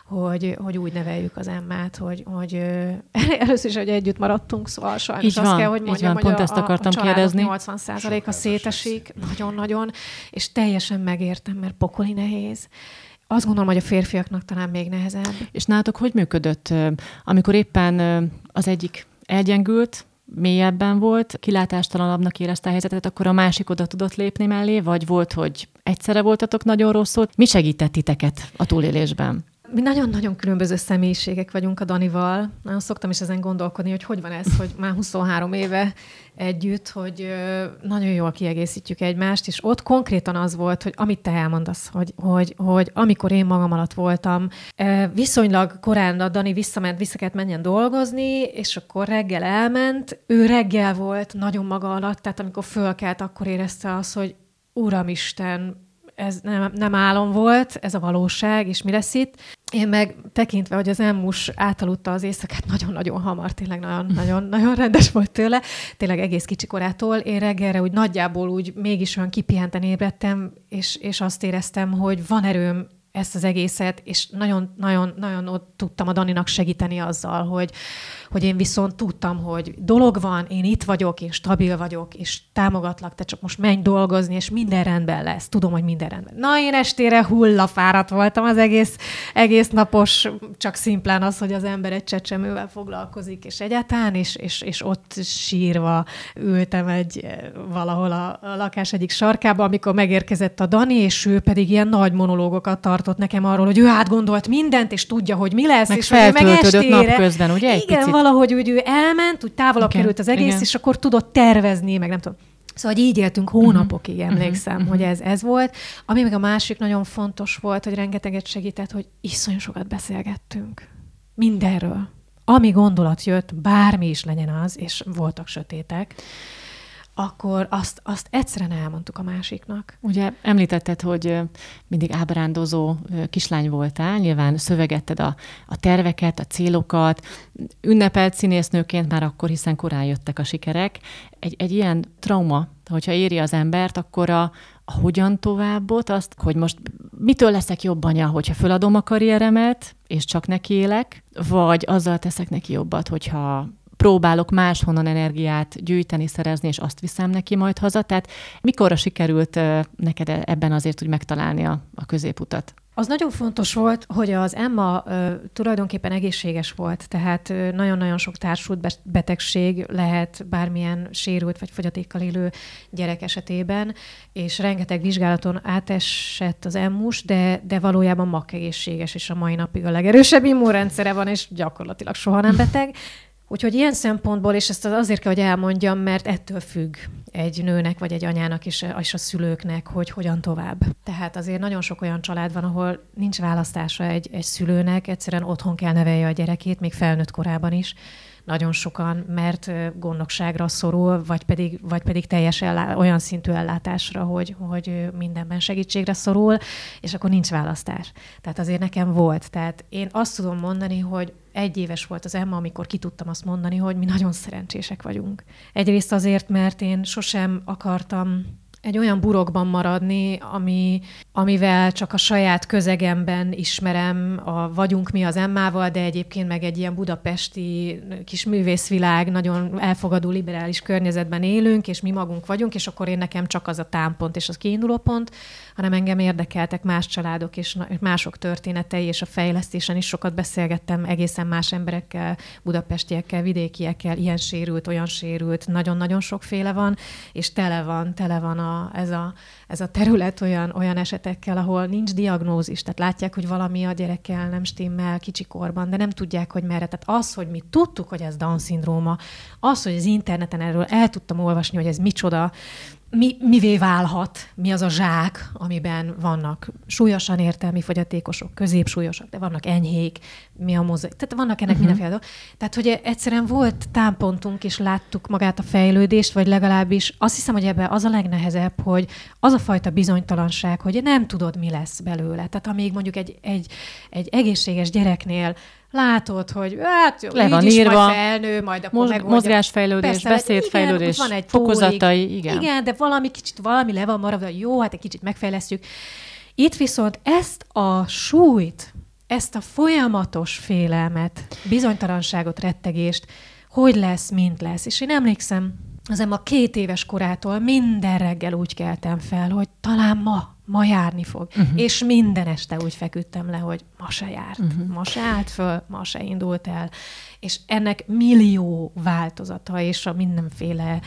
hogy úgy neveljük az Emmát, hogy először is, hogy együtt maradtunk, szóval sajnos azt kell, hogy mondjam, hogy pont ezt akartam kérdezni. 80%-a szétesik, nagyon-nagyon, és teljesen megértem, mert pokoli nehéz. Azt gondolom, hogy a férfiaknak talán még nehezebb. És nálatok hogy működött, amikor éppen az egyik elgyengült, mélyebben volt, kilátástalanabbnak érezte a helyzetet, akkor a másik oda tudott lépni mellé, vagy volt, hogy egyszerre voltatok nagyon rosszul? Mi segített titeket a túlélésben? Mi nagyon-nagyon különböző személyiségek vagyunk a Danival. Nagyon szoktam is ezen gondolkodni, hogy van ez, hogy már 23 éve együtt, hogy nagyon jól kiegészítjük egymást, és ott konkrétan az volt, hogy amit te elmondasz, hogy amikor én magam alatt voltam, viszonylag korán a Dani vissza kellett menjen dolgozni, és akkor reggel elment, ő reggel volt nagyon maga alatt, tehát amikor fölkelt, akkor érezte azt, hogy Uramisten, ez nem álom volt, ez a valóság, és mi lesz itt. Én meg tekintve, hogy az Emmus átaludta az éjszakát nagyon-nagyon hamar, tényleg nagyon rendes volt tőle, tényleg egész kicsi korától. Én reggelre úgy nagyjából úgy mégis olyan kipihenten ébredtem, és azt éreztem, hogy van erőm ezt az egészet, és nagyon ott tudtam a Daninak segíteni azzal, hogy én viszont tudtam, hogy dolog van, én itt vagyok, én stabil vagyok, és támogatlak, te csak most menj dolgozni, és minden rendben lesz. Tudom, hogy minden rendben. Na, én estére hullafáradt voltam az egész napos, csak szimplán az, hogy az ember egy csecsemővel foglalkozik, és egyáltalán, és ott sírva ültem valahol a lakás egyik sarkába, amikor megérkezett a Dani, és ő pedig ilyen nagy monológokat tartott nekem arról, hogy ő átgondolt mindent, és tudja, hogy mi lesz, meg és hogy meg estére... napközben, ugye? Igen, valahogy úgy ő elment, úgy távolabb került az egész, és akkor tudott tervezni, meg nem tudom. Szóval így éltünk hónapokig, emlékszem, hogy ez volt. Ami meg a másik nagyon fontos volt, hogy rengeteget segített, hogy iszonyú sokat beszélgettünk. Mindenről. Ami gondolat jött, bármi is legyen az, és voltak sötétek, akkor azt egyszerűen elmondtuk a másiknak. Ugye említetted, hogy mindig ábrándozó kislány voltál, nyilván szövegetted a terveket, a célokat, ünnepelt színésznőként már akkor, hiszen korán jöttek a sikerek. Egy ilyen trauma, hogyha éri az embert, akkor a hogyan továbbot, azt, hogy most mitől leszek jobb anya, hogyha föladom a karrieremet, és csak neki élek, vagy azzal teszek neki jobbat, hogyha próbálok máshonnan energiát gyűjteni, szerezni, és azt viszem neki majd haza. Tehát mikorra sikerült neked ebben azért úgy megtalálni a középutat? Az nagyon fontos volt, hogy az Emma tulajdonképpen egészséges volt, tehát nagyon-nagyon sok társult betegség lehet bármilyen sérült vagy fogyatékkal élő gyerek esetében, és rengeteg vizsgálaton átesett az Emmus, de valójában makkegészséges, és a mai napig a legerősebb immunrendszere van, és gyakorlatilag soha nem beteg. Úgyhogy ilyen szempontból, és ezt azért kell, hogy elmondjam, mert ettől függ egy nőnek, vagy egy anyának és a szülőknek, hogy hogyan tovább. Tehát azért nagyon sok olyan család van, ahol nincs választása egy szülőnek, egyszerűen otthon kell nevelje a gyerekét, még felnőtt korában is. Nagyon sokan, mert gondnokságra szorul, vagy pedig teljes olyan szintű ellátásra, hogy mindenben segítségre szorul, és akkor nincs választás. Tehát azért nekem volt. Tehát én azt tudom mondani, hogy 1 éves volt az Emma, amikor ki tudtam azt mondani, hogy mi nagyon szerencsések vagyunk. Egyrészt azért, mert én sosem akartam egy olyan burokban maradni, amivel csak a saját közegemben ismerem, vagyunk mi az Emmával, de egyébként meg egy ilyen budapesti kis művészvilág, nagyon elfogadó, liberális környezetben élünk, és mi magunk vagyunk, és akkor nekem csak az a támpont és az kiindulópont, hanem engem érdekeltek más családok és mások történetei, és a fejlesztésen is sokat beszélgettem egészen más emberekkel, budapestiekkel, vidékiekkel, ilyen sérült, olyan sérült, nagyon-nagyon sokféle van, és tele van ez a terület olyan esetekkel, ahol nincs diagnózis, tehát látják, hogy valami a gyerekkel nem stimmel kicsikorban, de nem tudják, hogy merre. Tehát az, hogy mi tudtuk, hogy ez Down-szindróma, az, hogy az interneten erről el tudtam olvasni, hogy ez micsoda, mivé válhat, mi az a zsák, amiben vannak súlyosan értelmi fogyatékosok, középsúlyosak, de vannak enyhék, mi a mozaik. Tehát vannak ennek mindenféle dolgok. Tehát, hogy egyszerűen volt támpontunk, és láttuk magát a fejlődést, vagy legalábbis azt hiszem, hogy ebben az a legnehezebb, hogy az a fajta bizonytalanság, hogy nem tudod, mi lesz belőle. Tehát amíg mondjuk egy egészséges gyereknél látod, hogy hát jó, le van így is írva, majd felnő, majd akkor megoldja. Mozgásfejlődés, Persze, beszédfejlődés, igen, fokozatai, igen. Igen, de valami le van maradva, jó, hát egy kicsit megfejlesztjük. Itt viszont ezt a súlyt, ezt a folyamatos félelmet, bizonytalanságot, rettegést, hogy lesz, mint lesz. És én emlékszem, az Emma 2 éves korától minden reggel úgy keltem fel, hogy talán ma járni fog. És minden este úgy feküdtem le, hogy ma se járt. Ma se állt föl, ma se indult el. És ennek millió változata, és a mindenféle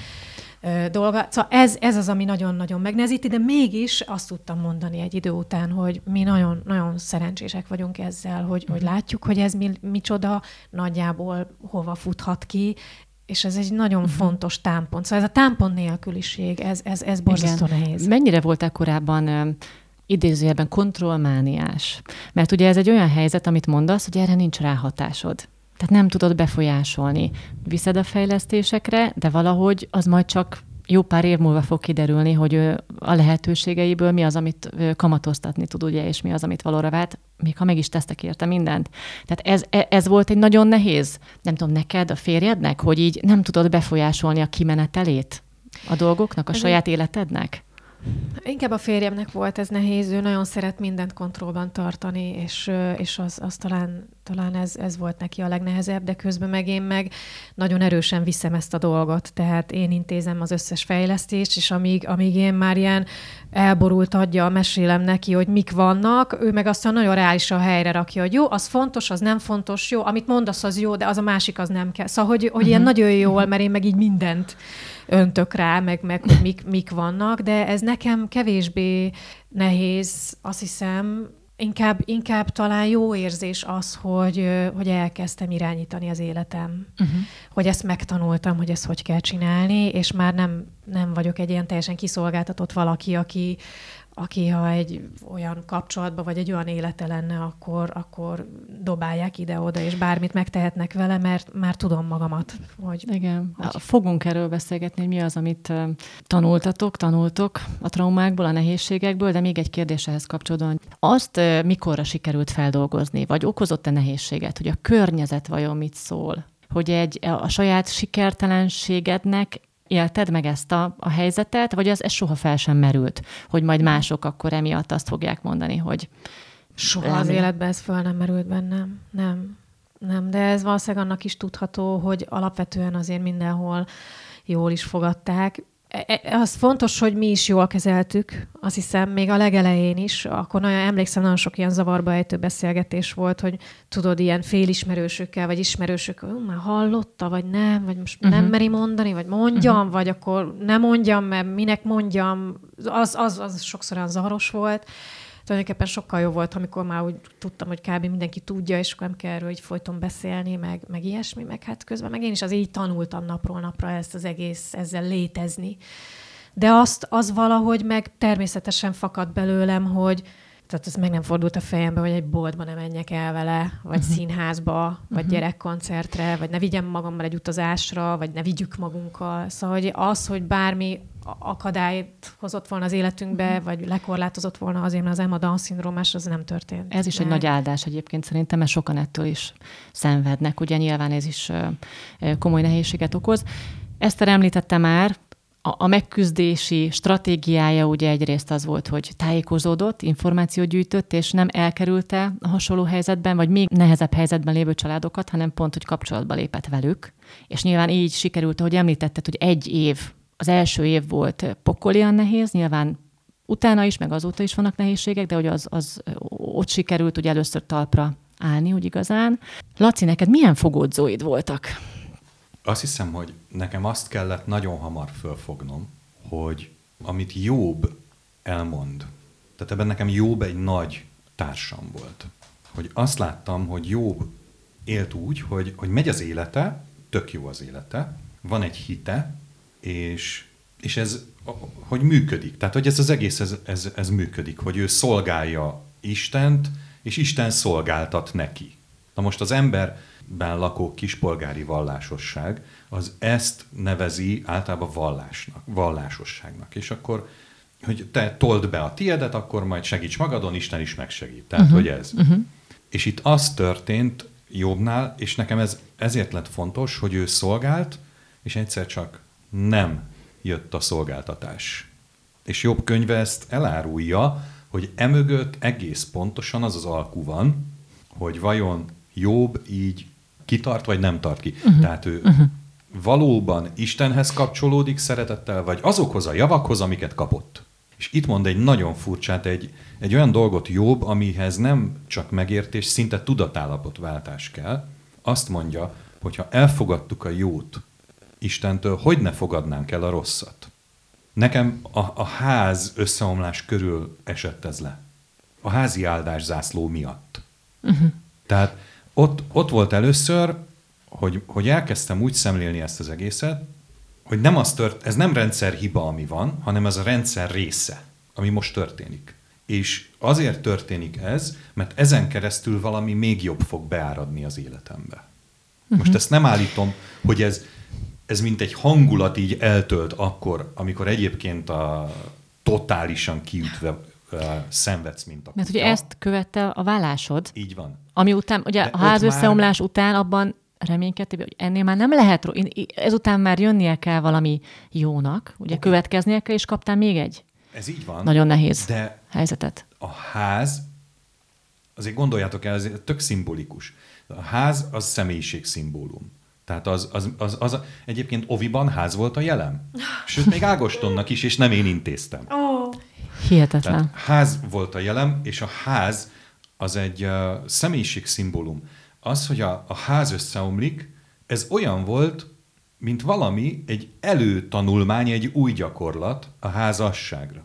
dolga. Szóval ez az, ami nagyon-nagyon megnehezíti, de mégis azt tudtam mondani egy idő után, hogy mi nagyon szerencsések vagyunk ezzel, hogy látjuk, hogy ez micsoda, nagyjából hova futhat ki, és ez egy nagyon fontos támpont. Szóval ez a támpont nélküliség, ez borzasztó nehéz. Mennyire voltál korábban idézőjelben kontrollmániás? Mert ugye ez egy olyan helyzet, amit mondasz, hogy erre nincs ráhatásod. Tehát nem tudod befolyásolni. Viszed a fejlesztésekre, de valahogy az majd csak jó pár év múlva fog kiderülni, hogy a lehetőségeiből mi az, amit kamatoztatni tud, ugye, és mi az, amit valóra vált, még ha meg is tesztek érte mindent. Tehát ez volt egy nagyon nehéz, nem tudom, neked, a férjednek, hogy így nem tudod befolyásolni a kimenetelét a dolgoknak, a saját életednek? Inkább a férjemnek volt ez nehéz, ő nagyon szeret mindent kontrollban tartani, és az talán ez volt neki a legnehezebb, de közben meg én nagyon erősen viszem ezt a dolgot, tehát én intézem az összes fejlesztést, és amíg én már ilyen elborult aggyal mesélem neki, hogy mik vannak, ő meg aztán nagyon reálisan helyre rakja, hogy jó, az fontos, az nem fontos, jó, amit mondasz, az jó, de az a másik, az nem kell. Szóval, hogy ilyen nagyon jól, mert én meg így mindent öntök rá, meg hogy mik vannak, de ez nekem kevésbé nehéz, azt hiszem, inkább talán jó érzés az, hogy elkezdtem irányítani az életem. Hogy ezt megtanultam, hogy ezt hogy kell csinálni, és már nem vagyok egy ilyen teljesen kiszolgáltatott valaki, aki ha egy olyan kapcsolatban, vagy egy olyan élete lenne, akkor dobálják ide-oda, és bármit megtehetnek vele, mert már tudom magamat. Igen. Fogunk erről beszélgetni, hogy mi az, amit tanultok a traumákból, a nehézségekből, de még egy kérdés ehhez kapcsolódóan. Azt mikorra sikerült feldolgozni, vagy okozott-e nehézséget, hogy a környezet vajon mit szól? Hogy a saját sikertelenségednek élted meg ezt a helyzetet, vagy ez soha fel sem merült, hogy majd mások akkor emiatt azt fogják mondani, hogy... Soha az életben ez föl nem merült bennem. Nem, de ez valószínűleg annak is tudható, hogy alapvetően azért mindenhol jól is fogadták. Az fontos, hogy mi is jól kezeltük, azt hiszem, még a legelején is. Akkor emlékszem, nagyon sok ilyen zavarba ejtő beszélgetés volt, hogy tudod, ilyen félismerősökkel, vagy ismerősök, már hallotta, vagy nem, vagy most nem meri mondani, vagy mondjam, vagy akkor nem mondjam, mert minek mondjam. Az sokszor olyan zavaros volt. Tulajdonképpen sokkal jobb volt, amikor már úgy tudtam, hogy kb. Mindenki tudja, és akkor nem kell erről így folyton beszélni, meg ilyesmi, meg hát közben meg én is azért így tanultam napról napra ezt az egész, ezzel létezni. De az valahogy meg természetesen fakadt belőlem, hogy tehát ez meg nem fordult a fejembe, hogy egy boltba ne menjek el vele, vagy színházba, vagy gyerekkoncertre, vagy ne vigyem magammal egy utazásra, vagy ne vigyük magunkkal. Szóval hogy az, hogy bármi akadályt hozott volna az életünkbe, vagy lekorlátozott volna azért, mert az Emma Down-szindrómás, az nem történt. Ez is egy nagy áldás egyébként szerintem, mert sokan ettől is szenvednek. Ugye nyilván ez is komoly nehézséget okoz. Eszter említette már, a megküzdési stratégiája ugye egyrészt az volt, hogy tájékozódott, információt gyűjtött, és nem elkerülte a hasonló helyzetben, vagy még nehezebb helyzetben lévő családokat, hanem pont, hogy kapcsolatba lépett velük. És nyilván így sikerült, ahogy említetted, hogy az első év volt pokolian nehéz, nyilván utána is, meg azóta is vannak nehézségek, de hogy az ott sikerült ugye először talpra állni, úgy igazán. Laci, neked milyen fogódzóid voltak? Azt hiszem, hogy nekem azt kellett nagyon hamar fölfognom, hogy amit Jobb elmond, tehát ebben nekem Jobb egy nagy társam volt. Hogy azt láttam, hogy Jobb élt úgy, hogy megy az élete, tök jó az élete, van egy hite, és ez, hogy működik. Tehát, hogy ez az egész, ez működik, hogy ő szolgálja Istent, és Isten szolgáltat neki. Na most az emberben lakó kispolgári vallásosság, az ezt nevezi általában vallásosságnak. És akkor, hogy te told be a tiedet, akkor majd segíts magadon, Isten is megsegít. Tehát, hogy ez. És itt az történt Jobbnál, és nekem ezért lett fontos, hogy ő szolgált, és egyszer csak nem jött a szolgáltatás. És Jobb könyve ezt elárulja, hogy emögött egész pontosan az alku van, hogy vajon Jobb így kitart, vagy nem tart ki. Tehát ő valóban Istenhez kapcsolódik szeretettel, vagy azokhoz a javakhoz, amiket kapott. És itt mond egy nagyon furcsát, egy olyan dolgot Jobb, amihez nem csak megértés, szinte tudatállapotváltás kell. Azt mondja, hogy ha elfogadtuk a jót Istentől, hogy ne fogadnánk el a rosszat. Nekem a ház összeomlás körül esett ez le. A házi áldás zászló miatt. Tehát ott volt először, hogy elkezdtem úgy szemlélni ezt az egészet, hogy ez nem rendszerhiba, ami van, hanem ez a rendszer része, ami most történik. És azért történik ez, mert ezen keresztül valami még jobb fog beáradni az életembe. Most ezt nem állítom, hogy ez mint egy hangulat így eltölt akkor, amikor egyébként totálisan kiütve szenvedsz, mint a kutya. Mert ugye ezt követte a vállásod. Így van. Ami után, ugye a házösszeomlás után abban reménykedtél, hogy ennél már nem lehet, ezután már jönnie kell valami jónak, ugye következnie kell, és kaptál még egy ez így van, nagyon nehéz helyzetet. A ház, azért gondoljátok el, ez tök szimbolikus. A ház az személyiségszimbólum. Tehát az egyébként Oviban ház volt a jelem. Sőt, még Ágostonnak is, és nem én intéztem. Hihetetlen. Tehát ház volt a jelem, és a ház az egy személyiségszimbólum. Az, hogy a ház összeomlik, ez olyan volt, mint valami, egy előtanulmány, egy új gyakorlat a házasságra.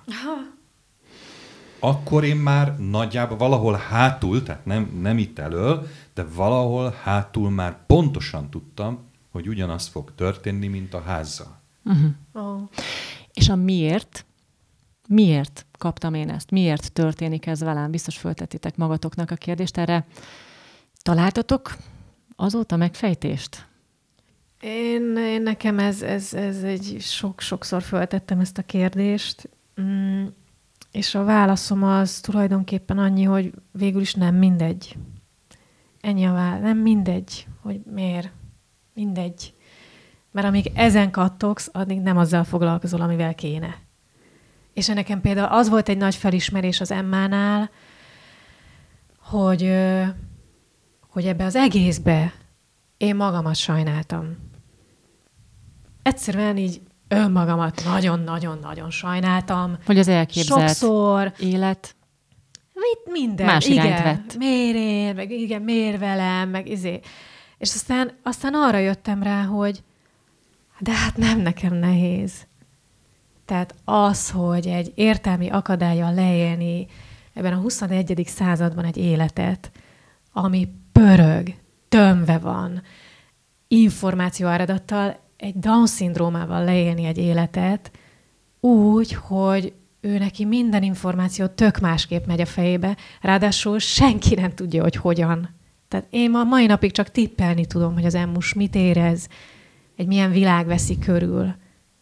Akkor én már nagyjából valahol hátul, tehát nem itt elől, de valahol hátul már pontosan tudtam, hogy ugyanaz fog történni, mint a házzal. És a miért? Miért kaptam én ezt? Miért történik ez velem? Biztos föltettétek magatoknak a kérdést erre. Találtatok azóta megfejtést? Én nekem ez egy sokszor föltettem ezt a kérdést, és a válaszom az tulajdonképpen annyi, hogy végül is nem mindegy. Ennyi a válasz. Nem mindegy, hogy miért. Mindegy. Mert amíg ezen kattogsz, addig nem azzal foglalkozol, amivel kéne. És nekem például az volt egy nagy felismerés az Emmánál, hogy ebbe az egészbe én magamat sajnáltam. Egyszerűen így önmagamat nagyon-nagyon-nagyon sajnáltam. Hogy az elképzelt sokszor élet minden. Más irányt vett. Miért én, meg igen, miért velem, meg izé. És aztán arra jöttem rá, hogy de hát nem nekem nehéz. Tehát az, hogy egy értelmi akadállyal leélni ebben a 21. században egy életet, ami pörög, tömve van, információáradattal, egy Down-szindrómával leélni egy életet úgy, hogy ő neki minden információ tök másképp megy a fejébe, ráadásul senki nem tudja, hogy hogyan. Tehát én a mai napig csak tippelni tudom, hogy az emmus mit érez, egy milyen világ veszi körül.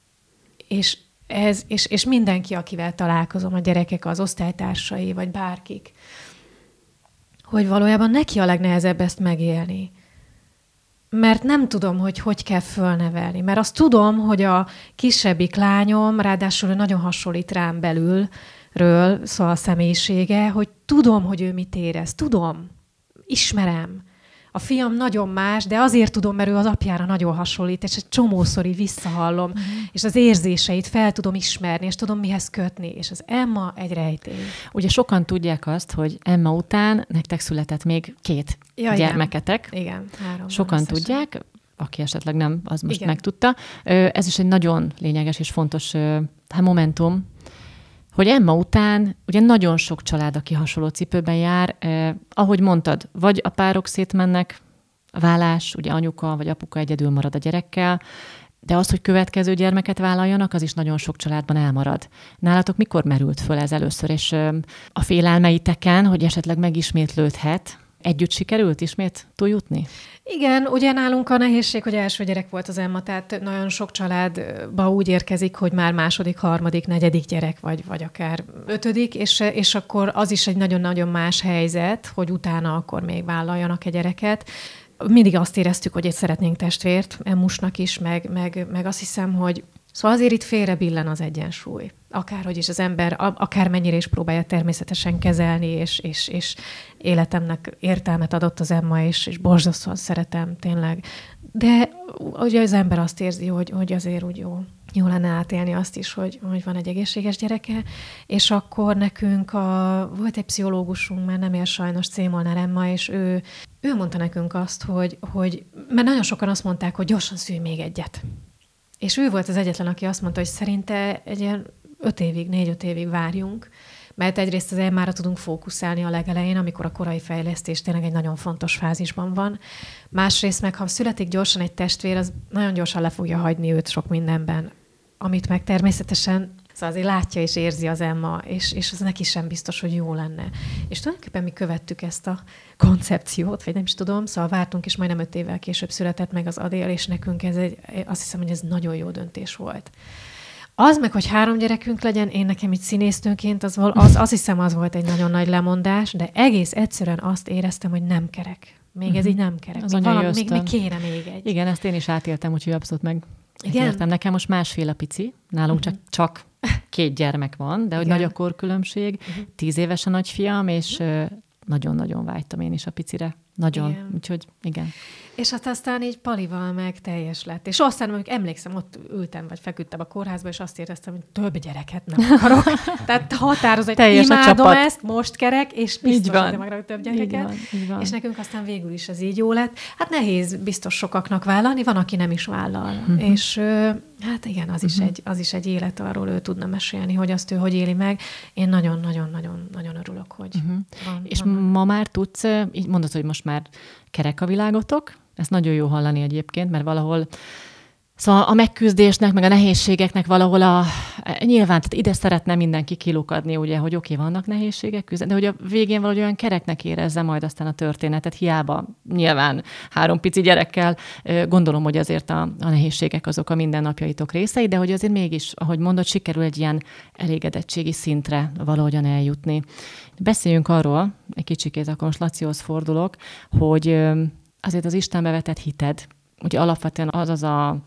És mindenki, akivel találkozom, a gyerekek, az osztálytársai, vagy bárkik, hogy valójában neki a legnehezebb ezt megélni. mert nem tudom, hogy kell fölnevelni. Mert azt tudom, hogy a kisebbik lányom, ráadásul nagyon hasonlít rám belülről, szóval a személyisége, hogy tudom, hogy ő mit érez. Tudom. Ismerem. A fiam nagyon más, de azért tudom, mert ő az apjára nagyon hasonlít, és egy csomószor így visszahallom, és az érzéseit fel tudom ismerni, és tudom mihez kötni, és az Emma egy rejtély. Ugye sokan tudják azt, hogy Emma után nektek született még 2 gyermeketek. Igen, 3. Sokan tudják, aki esetleg nem, az most megtudta. Ez is egy nagyon lényeges és fontos momentum, hogy Emma után ugye nagyon sok család, aki hasonló cipőben jár, ahogy mondtad, vagy a párok szétmennek, a vállás, ugye anyuka vagy apuka egyedül marad a gyerekkel, de az, hogy következő gyermeket vállaljanak, az is nagyon sok családban elmarad. Nálatok mikor merült föl ez először, és a félelmeiteken, hogy esetleg megismétlődhet, együtt sikerült ismét túljutni? Igen, ugye nálunk a nehézség, hogy első gyerek volt az Emma, tehát nagyon sok családba úgy érkezik, hogy már második, harmadik, negyedik gyerek, vagy akár 5., és akkor az is egy nagyon-nagyon más helyzet, hogy utána akkor még vállaljanak egy gyereket. Mindig azt éreztük, hogy szeretnénk testvért, Emmusnak is, meg azt hiszem, hogy szóval azért itt félrebillen az egyensúly. Akárhogy is az ember, akármennyire is próbálja természetesen kezelni, és életemnek értelmet adott az Emma, és borzasztóan szeretem tényleg. De ugye az ember azt érzi, hogy azért úgy jó lenne átélni azt is, hogy van egy egészséges gyereke, és akkor nekünk volt egy pszichológusunk, már nem él sajnos, C. Molnár Emma, és ő mondta nekünk azt, hogy mert nagyon sokan azt mondták, hogy gyorsan szülj még egyet. És ő volt az egyetlen, aki azt mondta, hogy szerinte egy ilyen 4-5 évig várjunk, mert egyrészt az Emmára tudunk fókuszálni a legelején, amikor a korai fejlesztés tényleg egy nagyon fontos fázisban van. Másrészt meg, ha születik gyorsan egy testvér, az nagyon gyorsan le fogja hagyni őt sok mindenben, amit meg természetesen szóval azért látja és érzi az Emma, és az neki sem biztos, hogy jó lenne. És tulajdonképpen mi követtük ezt a koncepciót, vagy nem is tudom, szóval vártunk, és majdnem 5 évvel később született meg az Adél, és nekünk azt hiszem, hogy ez nagyon jó döntés volt. Az meg, hogy 3 gyerekünk legyen, én nekem itt színésznőként, azt hiszem, az volt egy nagyon nagy lemondás, de egész egyszerűen azt éreztem, hogy nem kerek. Még ez így nem kerek. Még kéne még egy. Igen, ezt én is átéltem, úgyhogy abszolút megértem. Nekem most 1,5 a pici, nálunk csak 2 gyermek van, de hogy nagy a korkülönbség, 10 éves a nagyfiam, és nagyon-nagyon vágytam én is a picire. Nagyon. Igen. Úgyhogy igen. És hát aztán így Palival meg teljes lett. És aztán mondjuk emlékszem, ott ültem, vagy feküdtem a kórházba, és azt éreztem, hogy több gyereket nem akarok. Tehát határozott, imádom ezt, most kerek, és biztos, hogy nem akarok több gyereket. Így van. És nekünk aztán végül is ez így jó lett. Hát nehéz biztos sokaknak vállalni, van, aki nem is vállal. És hát igen, az is egy élet, arról ő tudna mesélni, hogy azt ő hogy éli meg. Én nagyon örülök, hogy van. És ma már tudsz, így mondod, hogy most már kerek a világotok, ezt nagyon jó hallani egyébként, mert valahol szóval a megküzdésnek, meg a nehézségeknek valahol nyilván, tehát ide szeretne mindenki kilukadni, ugye, hogy oké, vannak nehézségek, de hogy a végén valahogy olyan kereknek érezze majd aztán a történetet, hiába nyilván 3 pici gyerekkel, gondolom, hogy azért a nehézségek azok a mindennapjaitok részei, de hogy azért mégis, ahogy mondod, sikerül egy ilyen elégedettségi szintre valahogyan eljutni. Beszéljünk arról, egy kicsikét akkor most Lacihoz fordulok, hogy azért az Istenbe vetett hited, ugye alapvetően az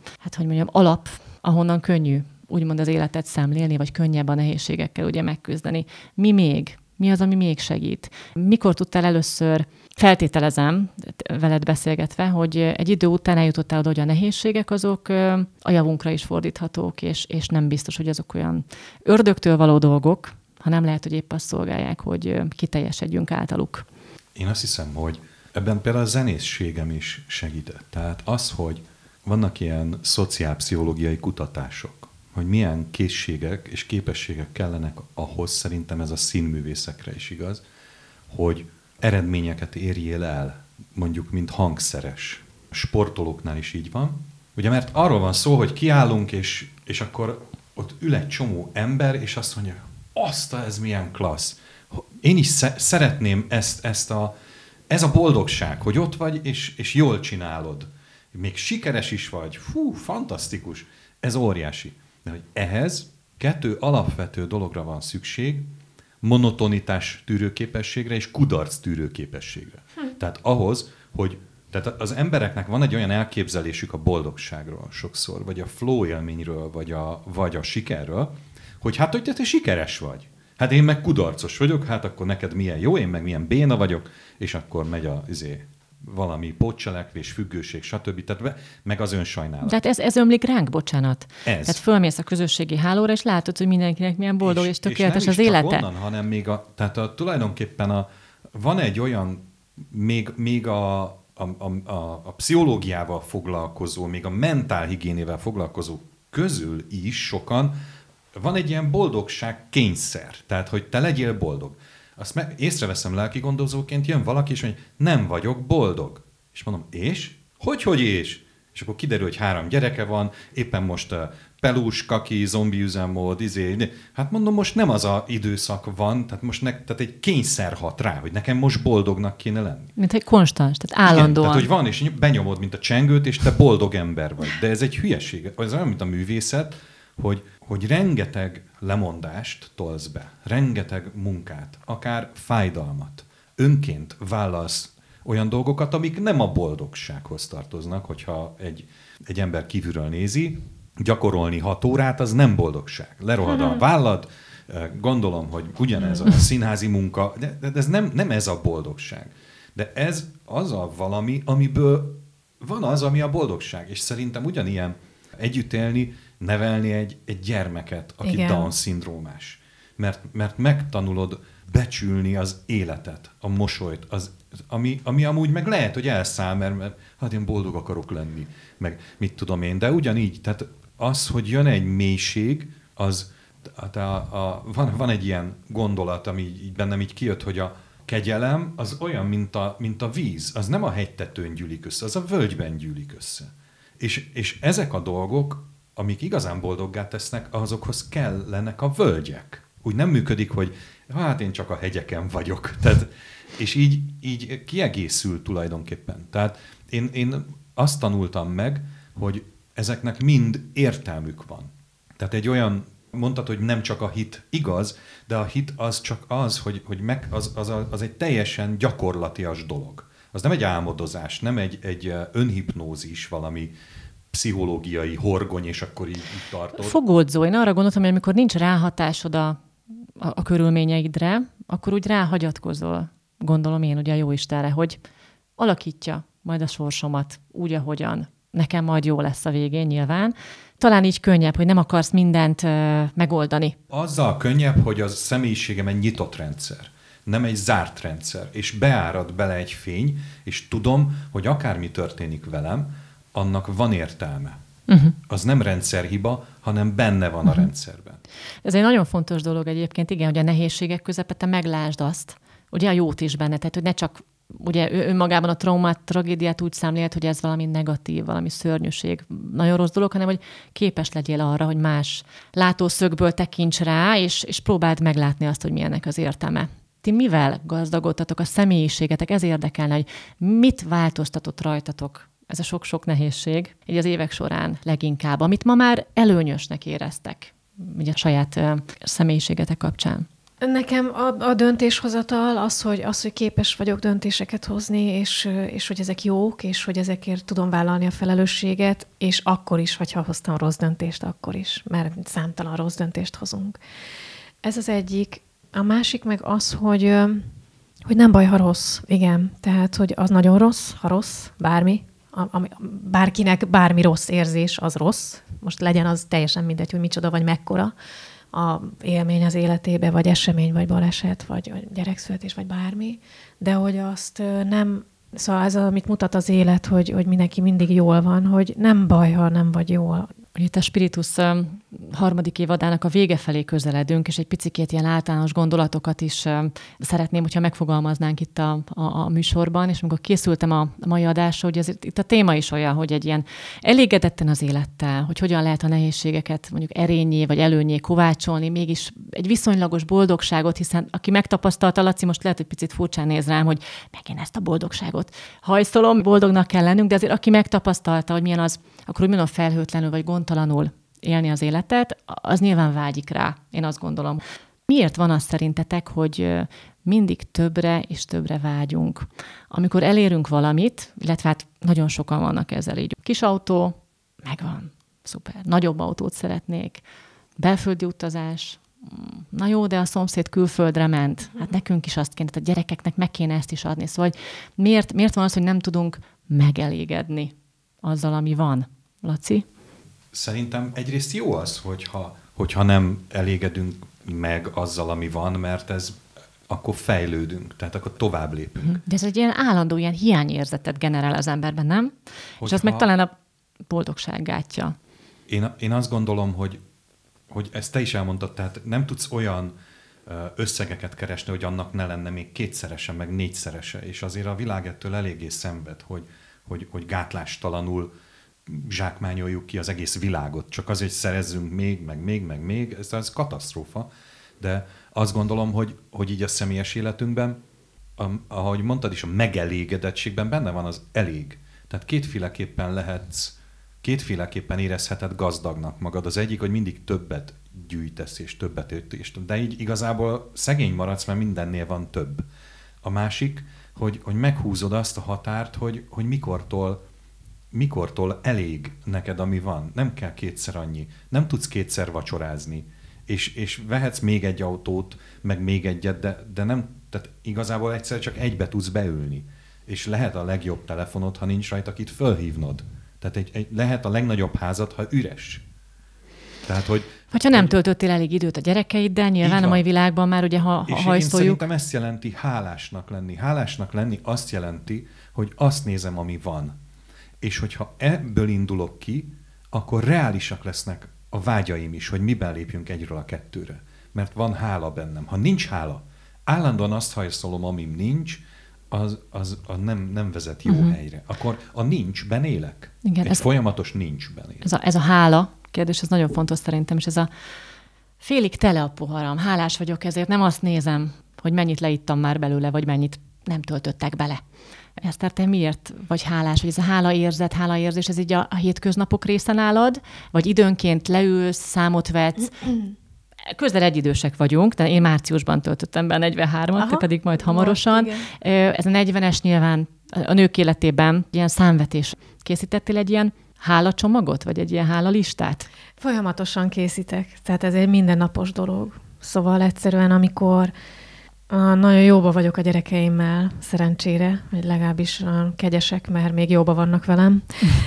alap, ahonnan könnyű úgymond az életet szemlélni, vagy könnyebb a nehézségekkel ugye megküzdeni. Mi még? Mi az, ami még segít? Mikor tudtál először, feltételezem, veled beszélgetve, hogy egy idő után eljutottál oda, hogy a nehézségek azok a javunkra is fordíthatók, és nem biztos, hogy azok olyan ördögtől való dolgok, hanem lehet, hogy épp azt szolgálják, hogy kiteljesedjünk általuk. Én azt hiszem, hogy ebben például a zenészségem is segített. Tehát az, hogy vannak ilyen szociálpszichológiai kutatások, hogy milyen készségek és képességek kellenek ahhoz, szerintem ez a színművészekre is igaz, hogy eredményeket érjél el, mondjuk, mint hangszeres. A sportolóknál is így van. Ugye, mert arról van szó, hogy kiállunk, és akkor ott ül egy csomó ember, és azt mondja, ez milyen klassz. Én is szeretném ez a boldogság, hogy ott vagy, és jól csinálod. Még sikeres is vagy. Fantasztikus. Ez óriási. De hogy ehhez 2 alapvető dologra van szükség, monotonitás tűrőképességre és kudarc tűrőképességre. Tehát ahhoz, hogy Tehát az embereknek van egy olyan elképzelésük a boldogságról sokszor, vagy a flow élményről, vagy a sikerről, hogy hát, hogy te sikeres vagy. Hát én meg kudarcos vagyok, hát akkor neked milyen jó, én meg milyen béna vagyok, és akkor megy valami pótcselekvés, függőség, stb. Tehát meg az önsajnálat. Tehát ez ömlik ránk, bocsánat. Tehát fölmész a közösségi hálóra, és látod, hogy mindenkinek milyen boldog és tökéletes az élete. És nem is csak onnan, hanem még tulajdonképpen van egy olyan, még a pszichológiával foglalkozó, még a mentálhigiénével foglalkozó közül is sokan, van egy ilyen boldogság kényszer. Tehát, hogy te legyél boldog. Azt észreveszem lelkigondozóként, jön valaki, és mondja, nem vagyok boldog. És mondom, és? Hogy és? És akkor kiderül, hogy 3 gyereke van, éppen most pelús, kaki, zombi üzemmód, Hát mondom, most nem az a időszak van, tehát most tehát egy kényszer hat rá, hogy nekem most boldognak kéne lenni. Mint egy konstans, tehát állandóan. Igen, tehát, hogy van, és benyomod, mint a csengőt, és te boldog ember vagy. De ez egy hülyeség. Ez olyan, mint a művészet, hogy rengeteg lemondást tolsz be, rengeteg munkát, akár fájdalmat. Önként vállalsz olyan dolgokat, amik nem a boldogsághoz tartoznak, hogyha egy ember kívülről nézi, gyakorolni 6 órát, az nem boldogság. Lerohad a vállad, gondolom, hogy ugyanez a színházi munka, de ez nem ez a boldogság. De ez az a valami, amiből van az, ami a boldogság. És szerintem ugyanilyen együtt élni, nevelni egy gyermeket, aki Down-szindrómás. Mert megtanulod becsülni az életet, a mosolyt, ami amúgy meg lehet, hogy elszáll, mert hát én boldog akarok lenni, meg mit tudom én, de ugyanígy, tehát az, hogy jön egy mélység, az van egy ilyen gondolat, ami így bennem így kijött, hogy a kegyelem az olyan, mint a víz, az nem a hegytetőn gyűlik össze, az a völgyben gyűlik össze. És ezek a dolgok, amik igazán boldoggá tesznek, azokhoz kellenek a völgyek. Úgy nem működik, hogy hát én csak a hegyeken vagyok. Tehát, és így kiegészül tulajdonképpen. Tehát én azt tanultam meg, hogy ezeknek mind értelmük van. Tehát egy olyan, mondtad, hogy nem csak a hit igaz, de a hit az csak az, hogy az egy teljesen gyakorlatias dolog. Az nem egy álmodozás, nem egy önhipnózis, valami pszichológiai horgony, és akkor így tartod. Fogódzó. Én arra gondoltam, hogy amikor nincs ráhatásod a körülményeidre, akkor úgy ráhagyatkozol, gondolom én ugye a Jóistenre, hogy alakítja majd a sorsomat úgy, ahogyan. Nekem majd jó lesz a végén nyilván. Talán így könnyebb, hogy nem akarsz mindent megoldani. Azzal könnyebb, hogy a személyiségem egy nyitott rendszer, nem egy zárt rendszer, és beárad bele egy fény, és tudom, hogy akármi történik velem, annak van értelme. Az nem rendszerhiba, hanem benne van a rendszerben. Ez egy nagyon fontos dolog egyébként, igen, hogy a nehézségek közepette meglásd azt, ugye a jót is benne, tehát hogy ne csak ugye önmagában a traumát, tragédiát úgy számlélt, hogy ez valami negatív, valami szörnyűség, nagyon rossz dolog, hanem hogy képes legyél arra, hogy más látószögből tekints rá, és próbáld meglátni azt, hogy milyennek az értelme. Ti mivel gazdagodtatok a személyiségetek? Ez érdekelne, hogy mit változtatott rajtatok ez a sok-sok nehézség, így az évek során leginkább, amit ma már előnyösnek éreztek, ugye a saját személyiségetek kapcsán. Nekem a döntéshozatal az, hogy képes vagyok döntéseket hozni, és hogy ezek jók, és hogy ezekért tudom vállalni a felelősséget, és akkor is, hogyha hoztam rossz döntést, akkor is, mert számtalan rossz döntést hozunk. Ez az egyik. A másik meg az, hogy nem baj, ha rossz. Igen, tehát, hogy az nagyon rossz, ha rossz, bármi. Bárkinek bármi rossz érzés, az rossz. Most legyen az teljesen mindegy, hogy micsoda vagy mekkora a élmény az életébe, vagy esemény, vagy baleset, vagy gyerekszületés, vagy bármi. De hogy azt nem... Szóval ez, amit mutat az élet, hogy mindenki mindig jól van, hogy nem baj, ha nem vagy jól. Itt a Spiritus 3. évadának a vége felé közeledünk, és egy picikét ilyen általános gondolatokat is szeretném, hogyha megfogalmaznánk itt a műsorban, és amikor készültem a mai adásra, hogy itt a téma is olyan, hogy egy ilyen elégedetten az élettel, hogy hogyan lehet a nehézségeket mondjuk erényé vagy előnyé kovácsolni, mégis egy viszonylagos boldogságot, hiszen aki megtapasztalta, Laci, most lehet, hogy picit furcsán néz rám, hogy megint ezt a boldogságot hajszolom, boldognak kell lennünk, de azért aki megtapasztalta, hogy milyen az, akkor úgy mondom felhőtlenül vagy gondtalanul élni az életet, az nyilván vágyik rá, én azt gondolom. Miért van az szerintetek, hogy mindig többre és többre vágyunk. Amikor elérünk valamit, illetve hát nagyon sokan vannak ezzel így. Kis autó, megvan, szuper. Nagyobb autót szeretnék. Belföldi utazás, na jó, de a szomszéd külföldre ment. Hát nekünk is azt kéne, a gyerekeknek meg kéne ezt is adni. Szóval miért van az, hogy nem tudunk megelégedni azzal, ami van? Laci? Szerintem egyrészt jó az, hogyha nem elégedünk meg azzal, ami van, mert akkor fejlődünk, tehát akkor tovább lépünk. De ez egy ilyen állandó ilyen hiányérzetet generál az emberben, nem? És az meg talán a boldogság gátja. Én azt gondolom, hogy ezt te is elmondtad, tehát nem tudsz olyan összegeket keresni, hogy annak ne lenne még 2-szerese, meg 4-szerese, és azért a világ ettől eléggé szenved, hogy gátlástalanul zsákmányoljuk ki az egész világot, csak azért, hogy szerezzünk még, ez katasztrófa, de azt gondolom, hogy így a személyes életünkben, ahogy mondtad is, a megelégedettségben benne van az elég. Tehát kétféleképpen érezheted gazdagnak magad. Az egyik, hogy mindig többet gyűjtesz és többet, de így igazából szegény maradsz, mert mindennél van több. A másik, hogy meghúzod azt a határt, hogy mikortól elég neked, ami van. Nem kell 2-szer annyi. Nem tudsz 2-szer vacsorázni. És vehetsz még egy autót, meg még egyet, de nem, tehát igazából egyszer csak egybe tudsz beülni. És lehet a legjobb telefonod, ha nincs rajta, akit fölhívnod. Tehát lehet a legnagyobb házad, ha üres. Tehát, vagy ha nem töltöttél elég időt a gyerekeiddel, nyilván a mai világban már ugye, ha hajszoljuk. És szerintem ezt jelenti hálásnak lenni. Hálásnak lenni azt jelenti, hogy azt nézem, ami van. És hogyha ebből indulok ki, akkor reálisak lesznek a vágyaim is, hogy miben lépjünk 1-ről a 2-re. Mert van hála bennem. Ha nincs hála, állandóan azt hajszolom, amim nincs, az nem vezet jó helyre. Akkor a nincsben élek. Igen, folyamatos nincsben élek. Ez a hála kérdés, ez nagyon fontos szerintem, és ez a félig tele a poharam. Hálás vagyok ezért, nem azt nézem, hogy mennyit leittam már belőle, vagy mennyit nem töltöttek bele. Eszter, te miért vagy hálás, hogy ez a hálaérzés, ez így a hétköznapok része nálad, vagy időnként leülsz, számot vetsz, közel egyidősek vagyunk, de én márciusban töltöttem be 43-at, te pedig majd hamarosan. Ez a 40-es nyilván a nők életében ilyen számvetés. Készítettél egy ilyen hálacsomagot, vagy egy ilyen hálalistát? Folyamatosan készítek, tehát ez egy mindennapos dolog. Szóval egyszerűen, amikor nagyon jóba vagyok a gyerekeimmel, szerencsére, vagy legalábbis kegyesek, mert még jóba vannak velem,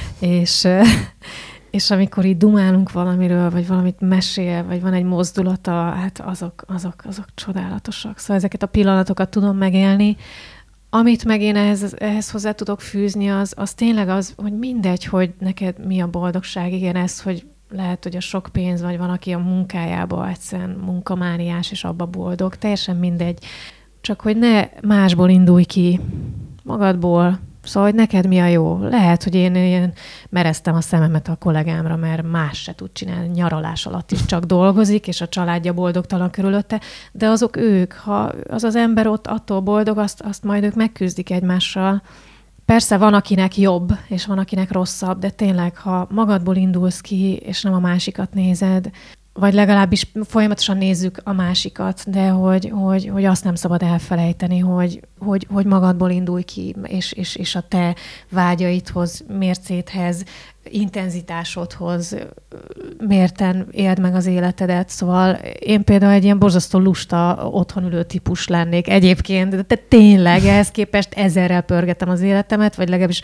és amikor így dumálunk valamiről, vagy valamit mesél, vagy van egy mozdulata, hát azok csodálatosak. Szóval ezeket a pillanatokat tudom megélni. Amit meg én ehhez hozzá tudok fűzni, az tényleg az, hogy mindegy, hogy neked mi a boldogság. Igen, ez, hogy lehet, hogy a sok pénz, vagy van, aki a munkájába egyszerűen munkamániás, és abba boldog. Teljesen mindegy. Csak hogy ne másból indulj ki, magadból. Szóval, hogy neked mi a jó. Lehet, hogy én mereztem a szememet a kollégámra, mert más se tud csinálni. Nyaralás alatt is csak dolgozik, és a családja boldogtalan körülötte. De azok ők, ha az ember ott attól boldog, azt majd ők megküzdik egymással. Persze van, akinek jobb, és van, akinek rosszabb, de tényleg, ha magadból indulsz ki, és nem a másikat nézed, vagy legalábbis folyamatosan nézzük a másikat, de hogy azt nem szabad elfelejteni, hogy magadból indulj ki, és a te vágyaidhoz, mércéthez, intenzitásodhoz mérten éld meg az életedet. Szóval én például egy ilyen borzasztó lusta, otthonülő típus lennék egyébként, de tényleg ehhez képest 1000-rel pörgetem az életemet, vagy legalábbis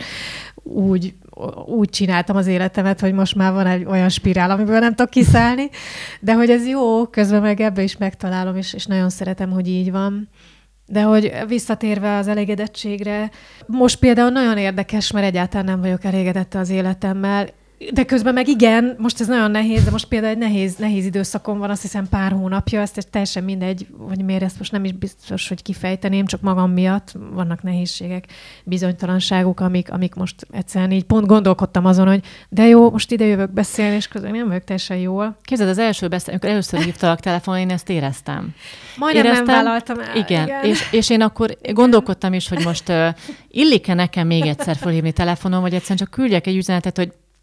úgy csináltam az életemet, hogy most már van egy olyan spirál, amiből nem tudok kiszállni, de hogy ez jó, közben meg ebbe is megtalálom, és nagyon szeretem, hogy így van. De hogy visszatérve az elégedettségre, most például nagyon érdekes, mert egyáltalán nem vagyok elégedette az életemmel, de közben meg igen, most ez nagyon nehéz, de most például egy nehéz időszakon van, azt hiszem pár hónapja, ezt teljesen mindegy, hogy miért ezt most nem is biztos, hogy kifejteném, csak magam miatt vannak nehézségek, bizonytalanságok, amik most egyszerűen így pont gondolkodtam azon, hogy de jó, most ide jövök beszélni, és közben nem vagyok teljesen jól. Képzeld, az amikor először hívtalak telefonon, én ezt éreztem. Majdnem nem vállaltam el. Igen. És én akkor gondolkodtam is, hogy most illik-e nekem még egyszer fölhívni telefonon, vagy egyszerűen csak küldjek egy üzenetet, hogy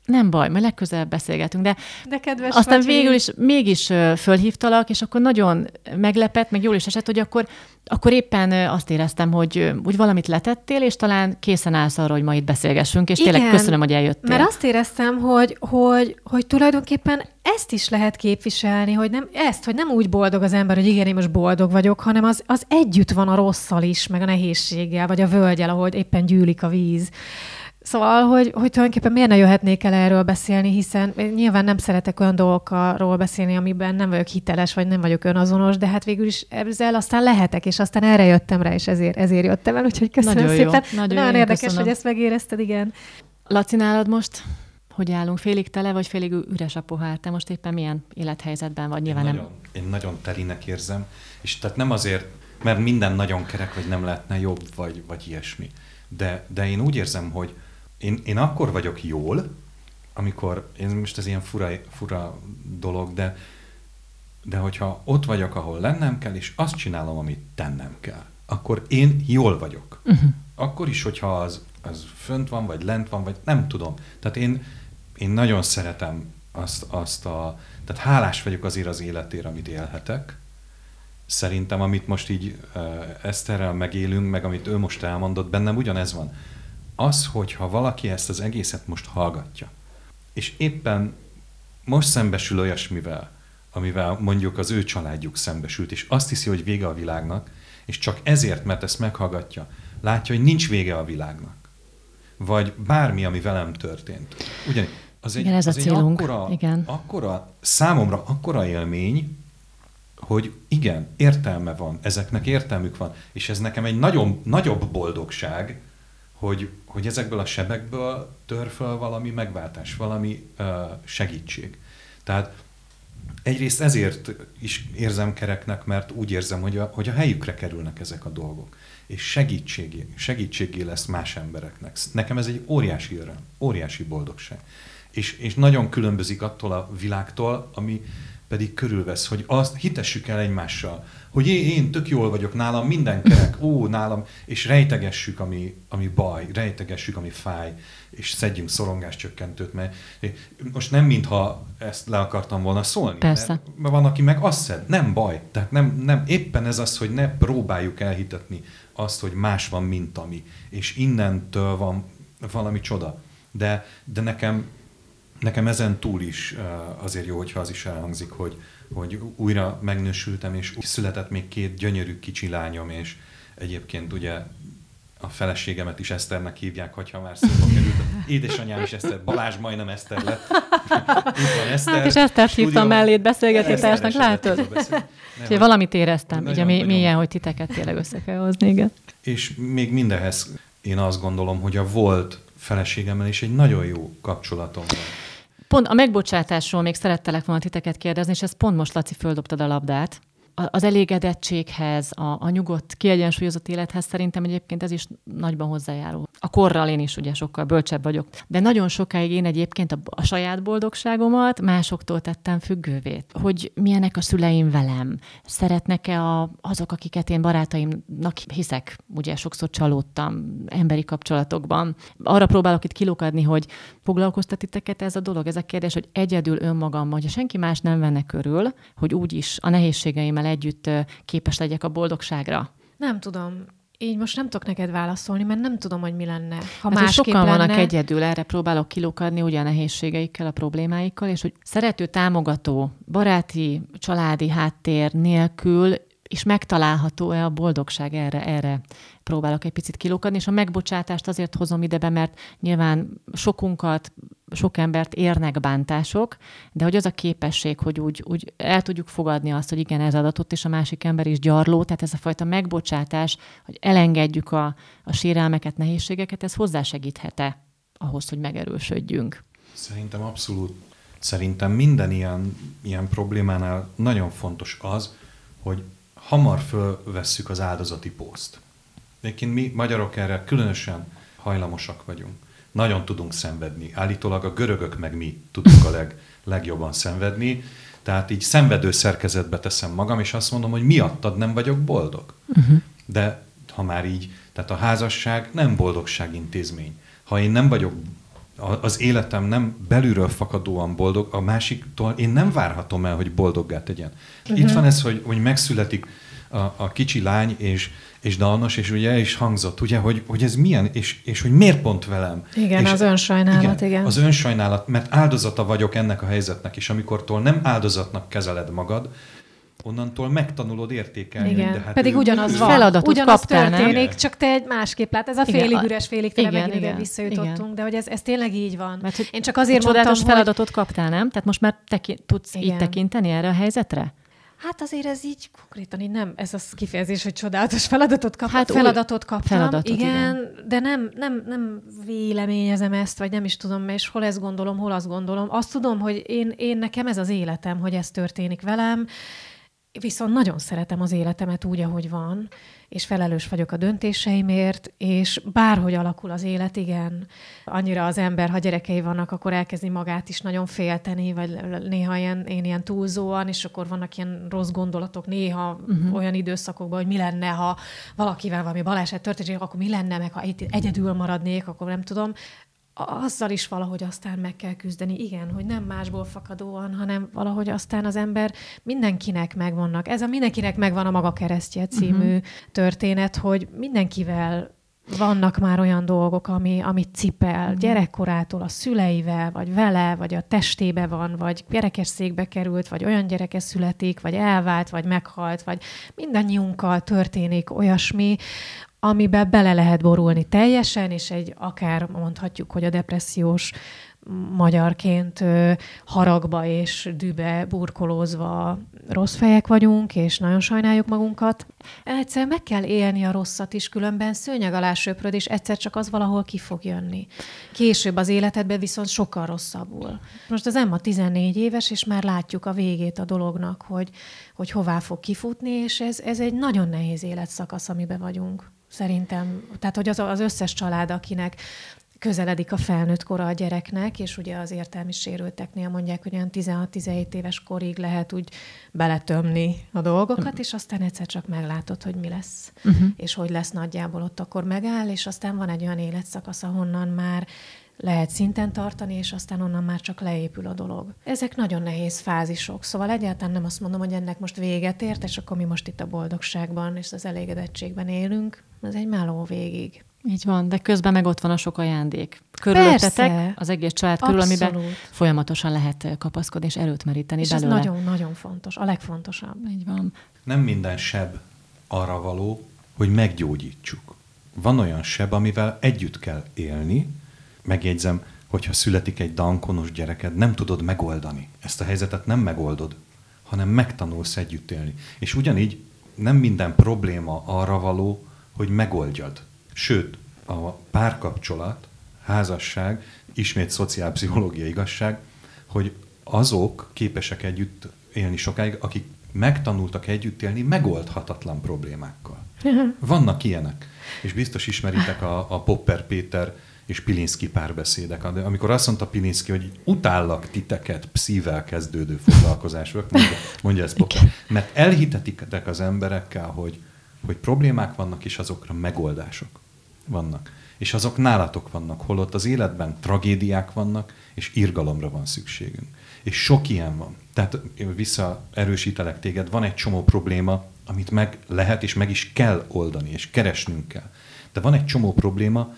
Nem baj, majd legközelebb beszélgetünk, de kedves aztán vagy, végül is mégis fölhívtalak, és akkor nagyon meglepett, meg jól is esett, hogy akkor éppen azt éreztem, hogy úgy valamit letettél, és talán készen állsz arra, hogy ma itt beszélgessünk, és tényleg köszönöm, hogy eljöttél. Mert azt éreztem, hogy tulajdonképpen ezt is lehet képviselni, hogy nem úgy boldog az ember, hogy igen, én most boldog vagyok, hanem az együtt van a rosszal is, meg a nehézséggel, vagy a völgyel, ahogy éppen gyűlik a víz. Szóval, hogy tulajdonképpen miért ne jöhetnék el erről beszélni, hiszen nyilván nem szeretek olyan dolgokról beszélni, amiben nem vagyok hiteles, vagy nem vagyok önazonos, de hát végül is ezzel aztán lehetek, és aztán erre jöttem rá, és ezért jöttem el, úgyhogy köszönöm nagyon szépen. Jó, nagyon érdekes, hogy ezt megérezted, igen. Laci, nálad most hogy állunk? Félig tele, vagy félig üres a pohár? Te most éppen milyen élethelyzetben vagy? Nyilván én nagyon telinek érzem, és tehát nem azért, mert minden nagyon kerek, vagy nem lehetne jobb, vagy ilyesmi. De én úgy érzem, hogy én akkor vagyok jól, amikor, én most ez ilyen fura dolog, de hogyha ott vagyok, ahol lennem kell, és azt csinálom, amit tennem kell, akkor én jól vagyok. Uh-huh. Akkor is, hogyha az fönt van, vagy lent van, vagy nem tudom. Tehát én nagyon szeretem tehát hálás vagyok azért az életért, amit élhetek. Szerintem, amit most így Eszterrel megélünk, meg amit ő most elmondott, bennem ugyanez van. Az, hogyha valaki ezt az egészet most hallgatja, és éppen most szembesül olyasmivel, amivel mondjuk az ő családjuk szembesült, és azt hiszi, hogy vége a világnak, és csak ezért, mert ezt meghallgatja, látja, hogy nincs vége a világnak. Vagy bármi, ami velem történt. Ugyanis igen, ez a célunk. Számomra akkora élmény, hogy igen, értelme van, ezeknek értelmük van, és ez nekem egy nagyon nagyobb boldogság, hogy ezekből a sebekből tör föl valami megváltás, valami segítség. Tehát egyrészt ezért is érzem kereknek, mert úgy érzem, hogy a helyükre kerülnek ezek a dolgok, és segítségé lesz más embereknek. Nekem ez egy óriási öröm, óriási boldogság. És nagyon különbözik attól a világtól, ami pedig körülvesz, hogy azt hitessük el egymással, hogy én tök jól vagyok, nálam minden kerek, nálam, és rejtegessük, ami baj, rejtegessük, ami fáj, és szedjünk szorongáscsökkentőt, mert most nem mintha ezt le akartam volna szólni, persze. Mert van, aki meg azt szed, nem baj, tehát nem, éppen ez az, hogy ne próbáljuk elhitetni azt, hogy más van, mint ami, és innentől van valami csoda. De nekem ezen túl is azért jó, hogyha az is elhangzik, hogy újra megnősültem, és született még 2 gyönyörű kicsi lányom, és egyébként ugye a feleségemet is Eszternek hívják, hogyha már szóba került. Édesanyám is Eszter, Balázs majdnem Eszter lett. Itt van Eszter. Hát és Esztert hívtam mellét beszélgetéstársnak, látod? Úgyhogy valamit éreztem, ugye milyen, hogy titeket tényleg össze kell hozni, igen. És még mindenhez én azt gondolom, hogy a volt feleségemmel is egy nagyon jó kapcsolatom van. Pont a megbocsátásról még szerettelek volna titeket kérdezni, és ezt pont most, Laci, földobtad a labdát. Az elégedettséghez, a nyugodt, kiegyensúlyozott élethez szerintem egyébként ez is nagyban hozzájárul. A korral én is ugye sokkal bölcsebb vagyok. De nagyon sokáig én egyébként a saját boldogságomat másoktól tettem függővé. Hogy milyenek a szüleim velem? Szeretnek-e azok, akiket én barátaimnak hiszek? Ugye sokszor csalódtam emberi kapcsolatokban. Arra próbálok itt kilukadni, hogy foglalkoztat titeket ez a dolog, ez a kérdés, hogy egyedül önmagammal, hogyha senki más nem venne körül, hogy úgyis a nehézségeimmel együtt képes legyek a boldogságra? Nem tudom. Így most nem tudok neked válaszolni, mert nem tudom, hogy mi lenne. Ha hát, másképp sokan lenne... vannak egyedül, erre próbálok kilukadni, ugye a nehézségeikkel, a problémáikkal, és hogy szerető, támogató, baráti, családi háttér nélkül is megtalálható-e a boldogság, erre próbálok egy picit kilukadni, és a megbocsátást azért hozom ide be, mert nyilván sok embert érnek bántások, de hogy az a képesség, hogy úgy el tudjuk fogadni azt, hogy igen, ez adatott, és a másik ember is gyarló, tehát ez a fajta megbocsátás, hogy elengedjük a sérelmeket, nehézségeket, ez hozzásegíthet-e ahhoz, hogy megerősödjünk? Szerintem abszolút. Szerintem minden ilyen problémánál nagyon fontos az, hogy hamar fölvesszük az áldozati pózt. Egyébként mi magyarok erre különösen hajlamosak vagyunk. Nagyon tudunk szenvedni. Állítólag a görögök meg mi tudunk a legjobban szenvedni. Tehát így szenvedő szerkezetbe teszem magam, és azt mondom, hogy miattad nem vagyok boldog. Uh-huh. De ha már így, tehát a házasság nem boldogságintézmény. Ha én nem vagyok az életem nem belülről fakadóan boldog, a másiktól én nem várhatom el, hogy boldoggá tegyen. Itt van ez, hogy megszületik a kicsi lány, és dalnos, és ugye el is hangzott, ugye, hogy ez milyen, és hogy miért pont velem. Igen, és az önsajnálat, igen. Az önsajnálat, mert áldozata vagyok ennek a helyzetnek, és amikortól nem áldozatnak kezeled magad, onnantól megtanulod értékelni. Igen, de hát pedig ugyanaz van. Feladatot ugyanaz kaptál, történik, nem? csak te egy másképp lát. Ez a félig üres, félig tele, megint ide visszajutottunk, igen. De hogy ez tényleg így van. Mert, én csak azért mondtam, csodálatos feladatot kaptál, nem? Tehát most már tudsz igen. így tekinteni erre a helyzetre? Hát azért ez így konkrétan így nem, ez az kifejezés, hogy csodálatos feladatot kaptam. Hát feladatot kaptam, feladatot, igen, de nem véleményezem ezt, vagy nem is tudom, és hol ezt gondolom, hol azt gondolom. Azt tudom, hogy én nekem ez az életem, hogy ez történik velem, viszont nagyon szeretem az életemet úgy, ahogy van, és felelős vagyok a döntéseimért, és bárhogy alakul az élet, igen, annyira az ember, ha gyerekei vannak, akkor elkezdi magát is nagyon félteni, vagy néha én ilyen túlzóan, és akkor vannak ilyen rossz gondolatok néha olyan időszakokban, hogy mi lenne, ha valakivel valami baleset történik, akkor mi lenne, meg ha egyedül maradnék, akkor nem tudom. Azzal is valahogy aztán meg kell küzdeni, igen, hogy nem másból fakadóan, hanem valahogy aztán az ember mindenkinek megvannak. Ez a Mindenkinek megvan a maga keresztje című történet, hogy mindenkivel vannak már olyan dolgok, amit cipel gyerekkorától a szüleivel, vagy vele, vagy a testébe van, vagy gyerekesszékbe került, vagy olyan gyereke születik, vagy elvált, vagy meghalt, vagy mindannyiunkkal történik olyasmi, amiben bele lehet borulni teljesen, és akár mondhatjuk, hogy a depressziós magyarként haragba és dűbe burkolózva rossz fejek vagyunk, és nagyon sajnáljuk magunkat. Egyszer meg kell élni a rosszat is, különben szőnyeg alá söpröd, és egyszer csak az valahol ki fog jönni. Később az életedben viszont sokkal rosszabbul. Most az Emma 14 éves, és már látjuk a végét a dolognak, hogy hová fog kifutni, és ez egy nagyon nehéz életszakasz, amiben vagyunk. Szerintem, tehát hogy az összes család, akinek közeledik a felnőtt kora a gyereknek, és ugye az értelmi sérülteknél mondják, hogy olyan 16-17 éves korig lehet úgy beletömni a dolgokat, és aztán egyszer csak meglátod, hogy mi lesz, és hogy lesz nagyjából ott, akkor megáll, és aztán van egy olyan életszakasz, ahonnan már lehet szinten tartani, és aztán onnan már csak leépül a dolog. Ezek nagyon nehéz fázisok, szóval egyáltalán nem azt mondom, hogy ennek most véget ért, és akkor mi most itt a boldogságban és az elégedettségben élünk. Ez egy meló végig. Így van, de közben meg ott van a sok ajándék. Körülöttetek, az egész család körül, amiben folyamatosan lehet kapaszkodni és erőt meríteni és belőle. És ez nagyon-nagyon fontos, a legfontosabb. Így van. Nem minden seb arra való, hogy meggyógyítsuk. Van olyan seb, amivel együtt kell élni. Megjegyzem, hogyha születik egy Down-konos gyereked, nem tudod megoldani. Ezt a helyzetet nem megoldod, hanem megtanulsz együtt élni. És ugyanígy nem minden probléma arra való, hogy megoldjad. Sőt, a párkapcsolat, házasság, ismét szociálpszichológiai igazság, hogy azok képesek együtt élni sokáig, akik megtanultak együtt élni megoldhatatlan problémákkal. Vannak ilyenek. És biztos ismeritek a Popper Péter és Pilinszky párbeszédek. Amikor azt mondta Pilinszky, hogy utállak titeket pszível kezdődő foglalkozások, mondja ezt Popper, mert elhitetitek az emberekkel, hogy problémák vannak, és azokra megoldások vannak. És azok nálatok vannak, holott az életben tragédiák vannak, és irgalomra van szükségünk. És sok ilyen van. Tehát visszaerősítelek téged, van egy csomó probléma, amit meg lehet, és meg is kell oldani, és keresnünk kell. De van egy csomó probléma,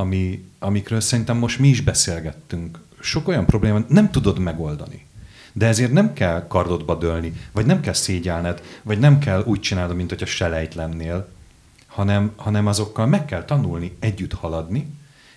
amikről szerintem most mi is beszélgettünk. Sok olyan probléma nem tudod megoldani. De ezért nem kell kardodba dőlni, vagy nem kell szégyelned, vagy nem kell úgy csinálnod, mint hogyha selejt lennél, hanem azokkal meg kell tanulni, együtt haladni,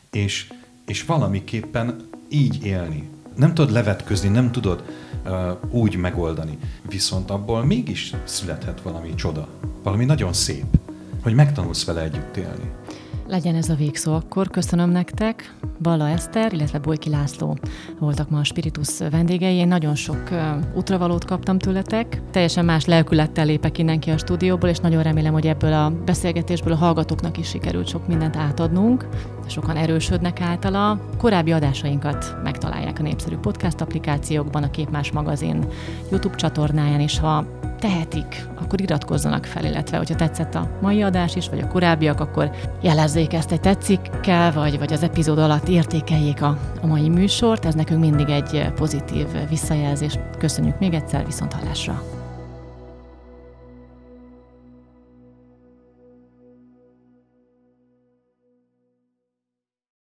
és valamiképpen így élni. Nem tudod levetközni, nem tudod úgy megoldani. Viszont abból mégis születhet valami csoda, valami nagyon szép, hogy megtanulsz vele együtt élni. Legyen ez a végszó akkor. Köszönöm nektek. Balla Eszter, illetve Bolyki László voltak ma a Spiritus vendégei. Én nagyon sok útravalót kaptam tőletek. Teljesen más lelkülettel lépek innen ki a stúdióból, és nagyon remélem, hogy ebből a beszélgetésből a hallgatóknak is sikerült sok mindent átadnunk. Sokan erősödnek általa. Korábbi adásainkat megtalálják a népszerű podcast applikációkban, a Képmás magazin YouTube csatornáján, és ha tehetik, akkor iratkozzanak fel, illetve hogyha tetszett a mai adás is, vagy a korábbiak, akkor jelezzék ezt egy tetszikkel, vagy az epizód alatt értékeljék a mai műsort. Ez nekünk mindig egy pozitív visszajelzés. Köszönjük még egyszer, viszonthallásra!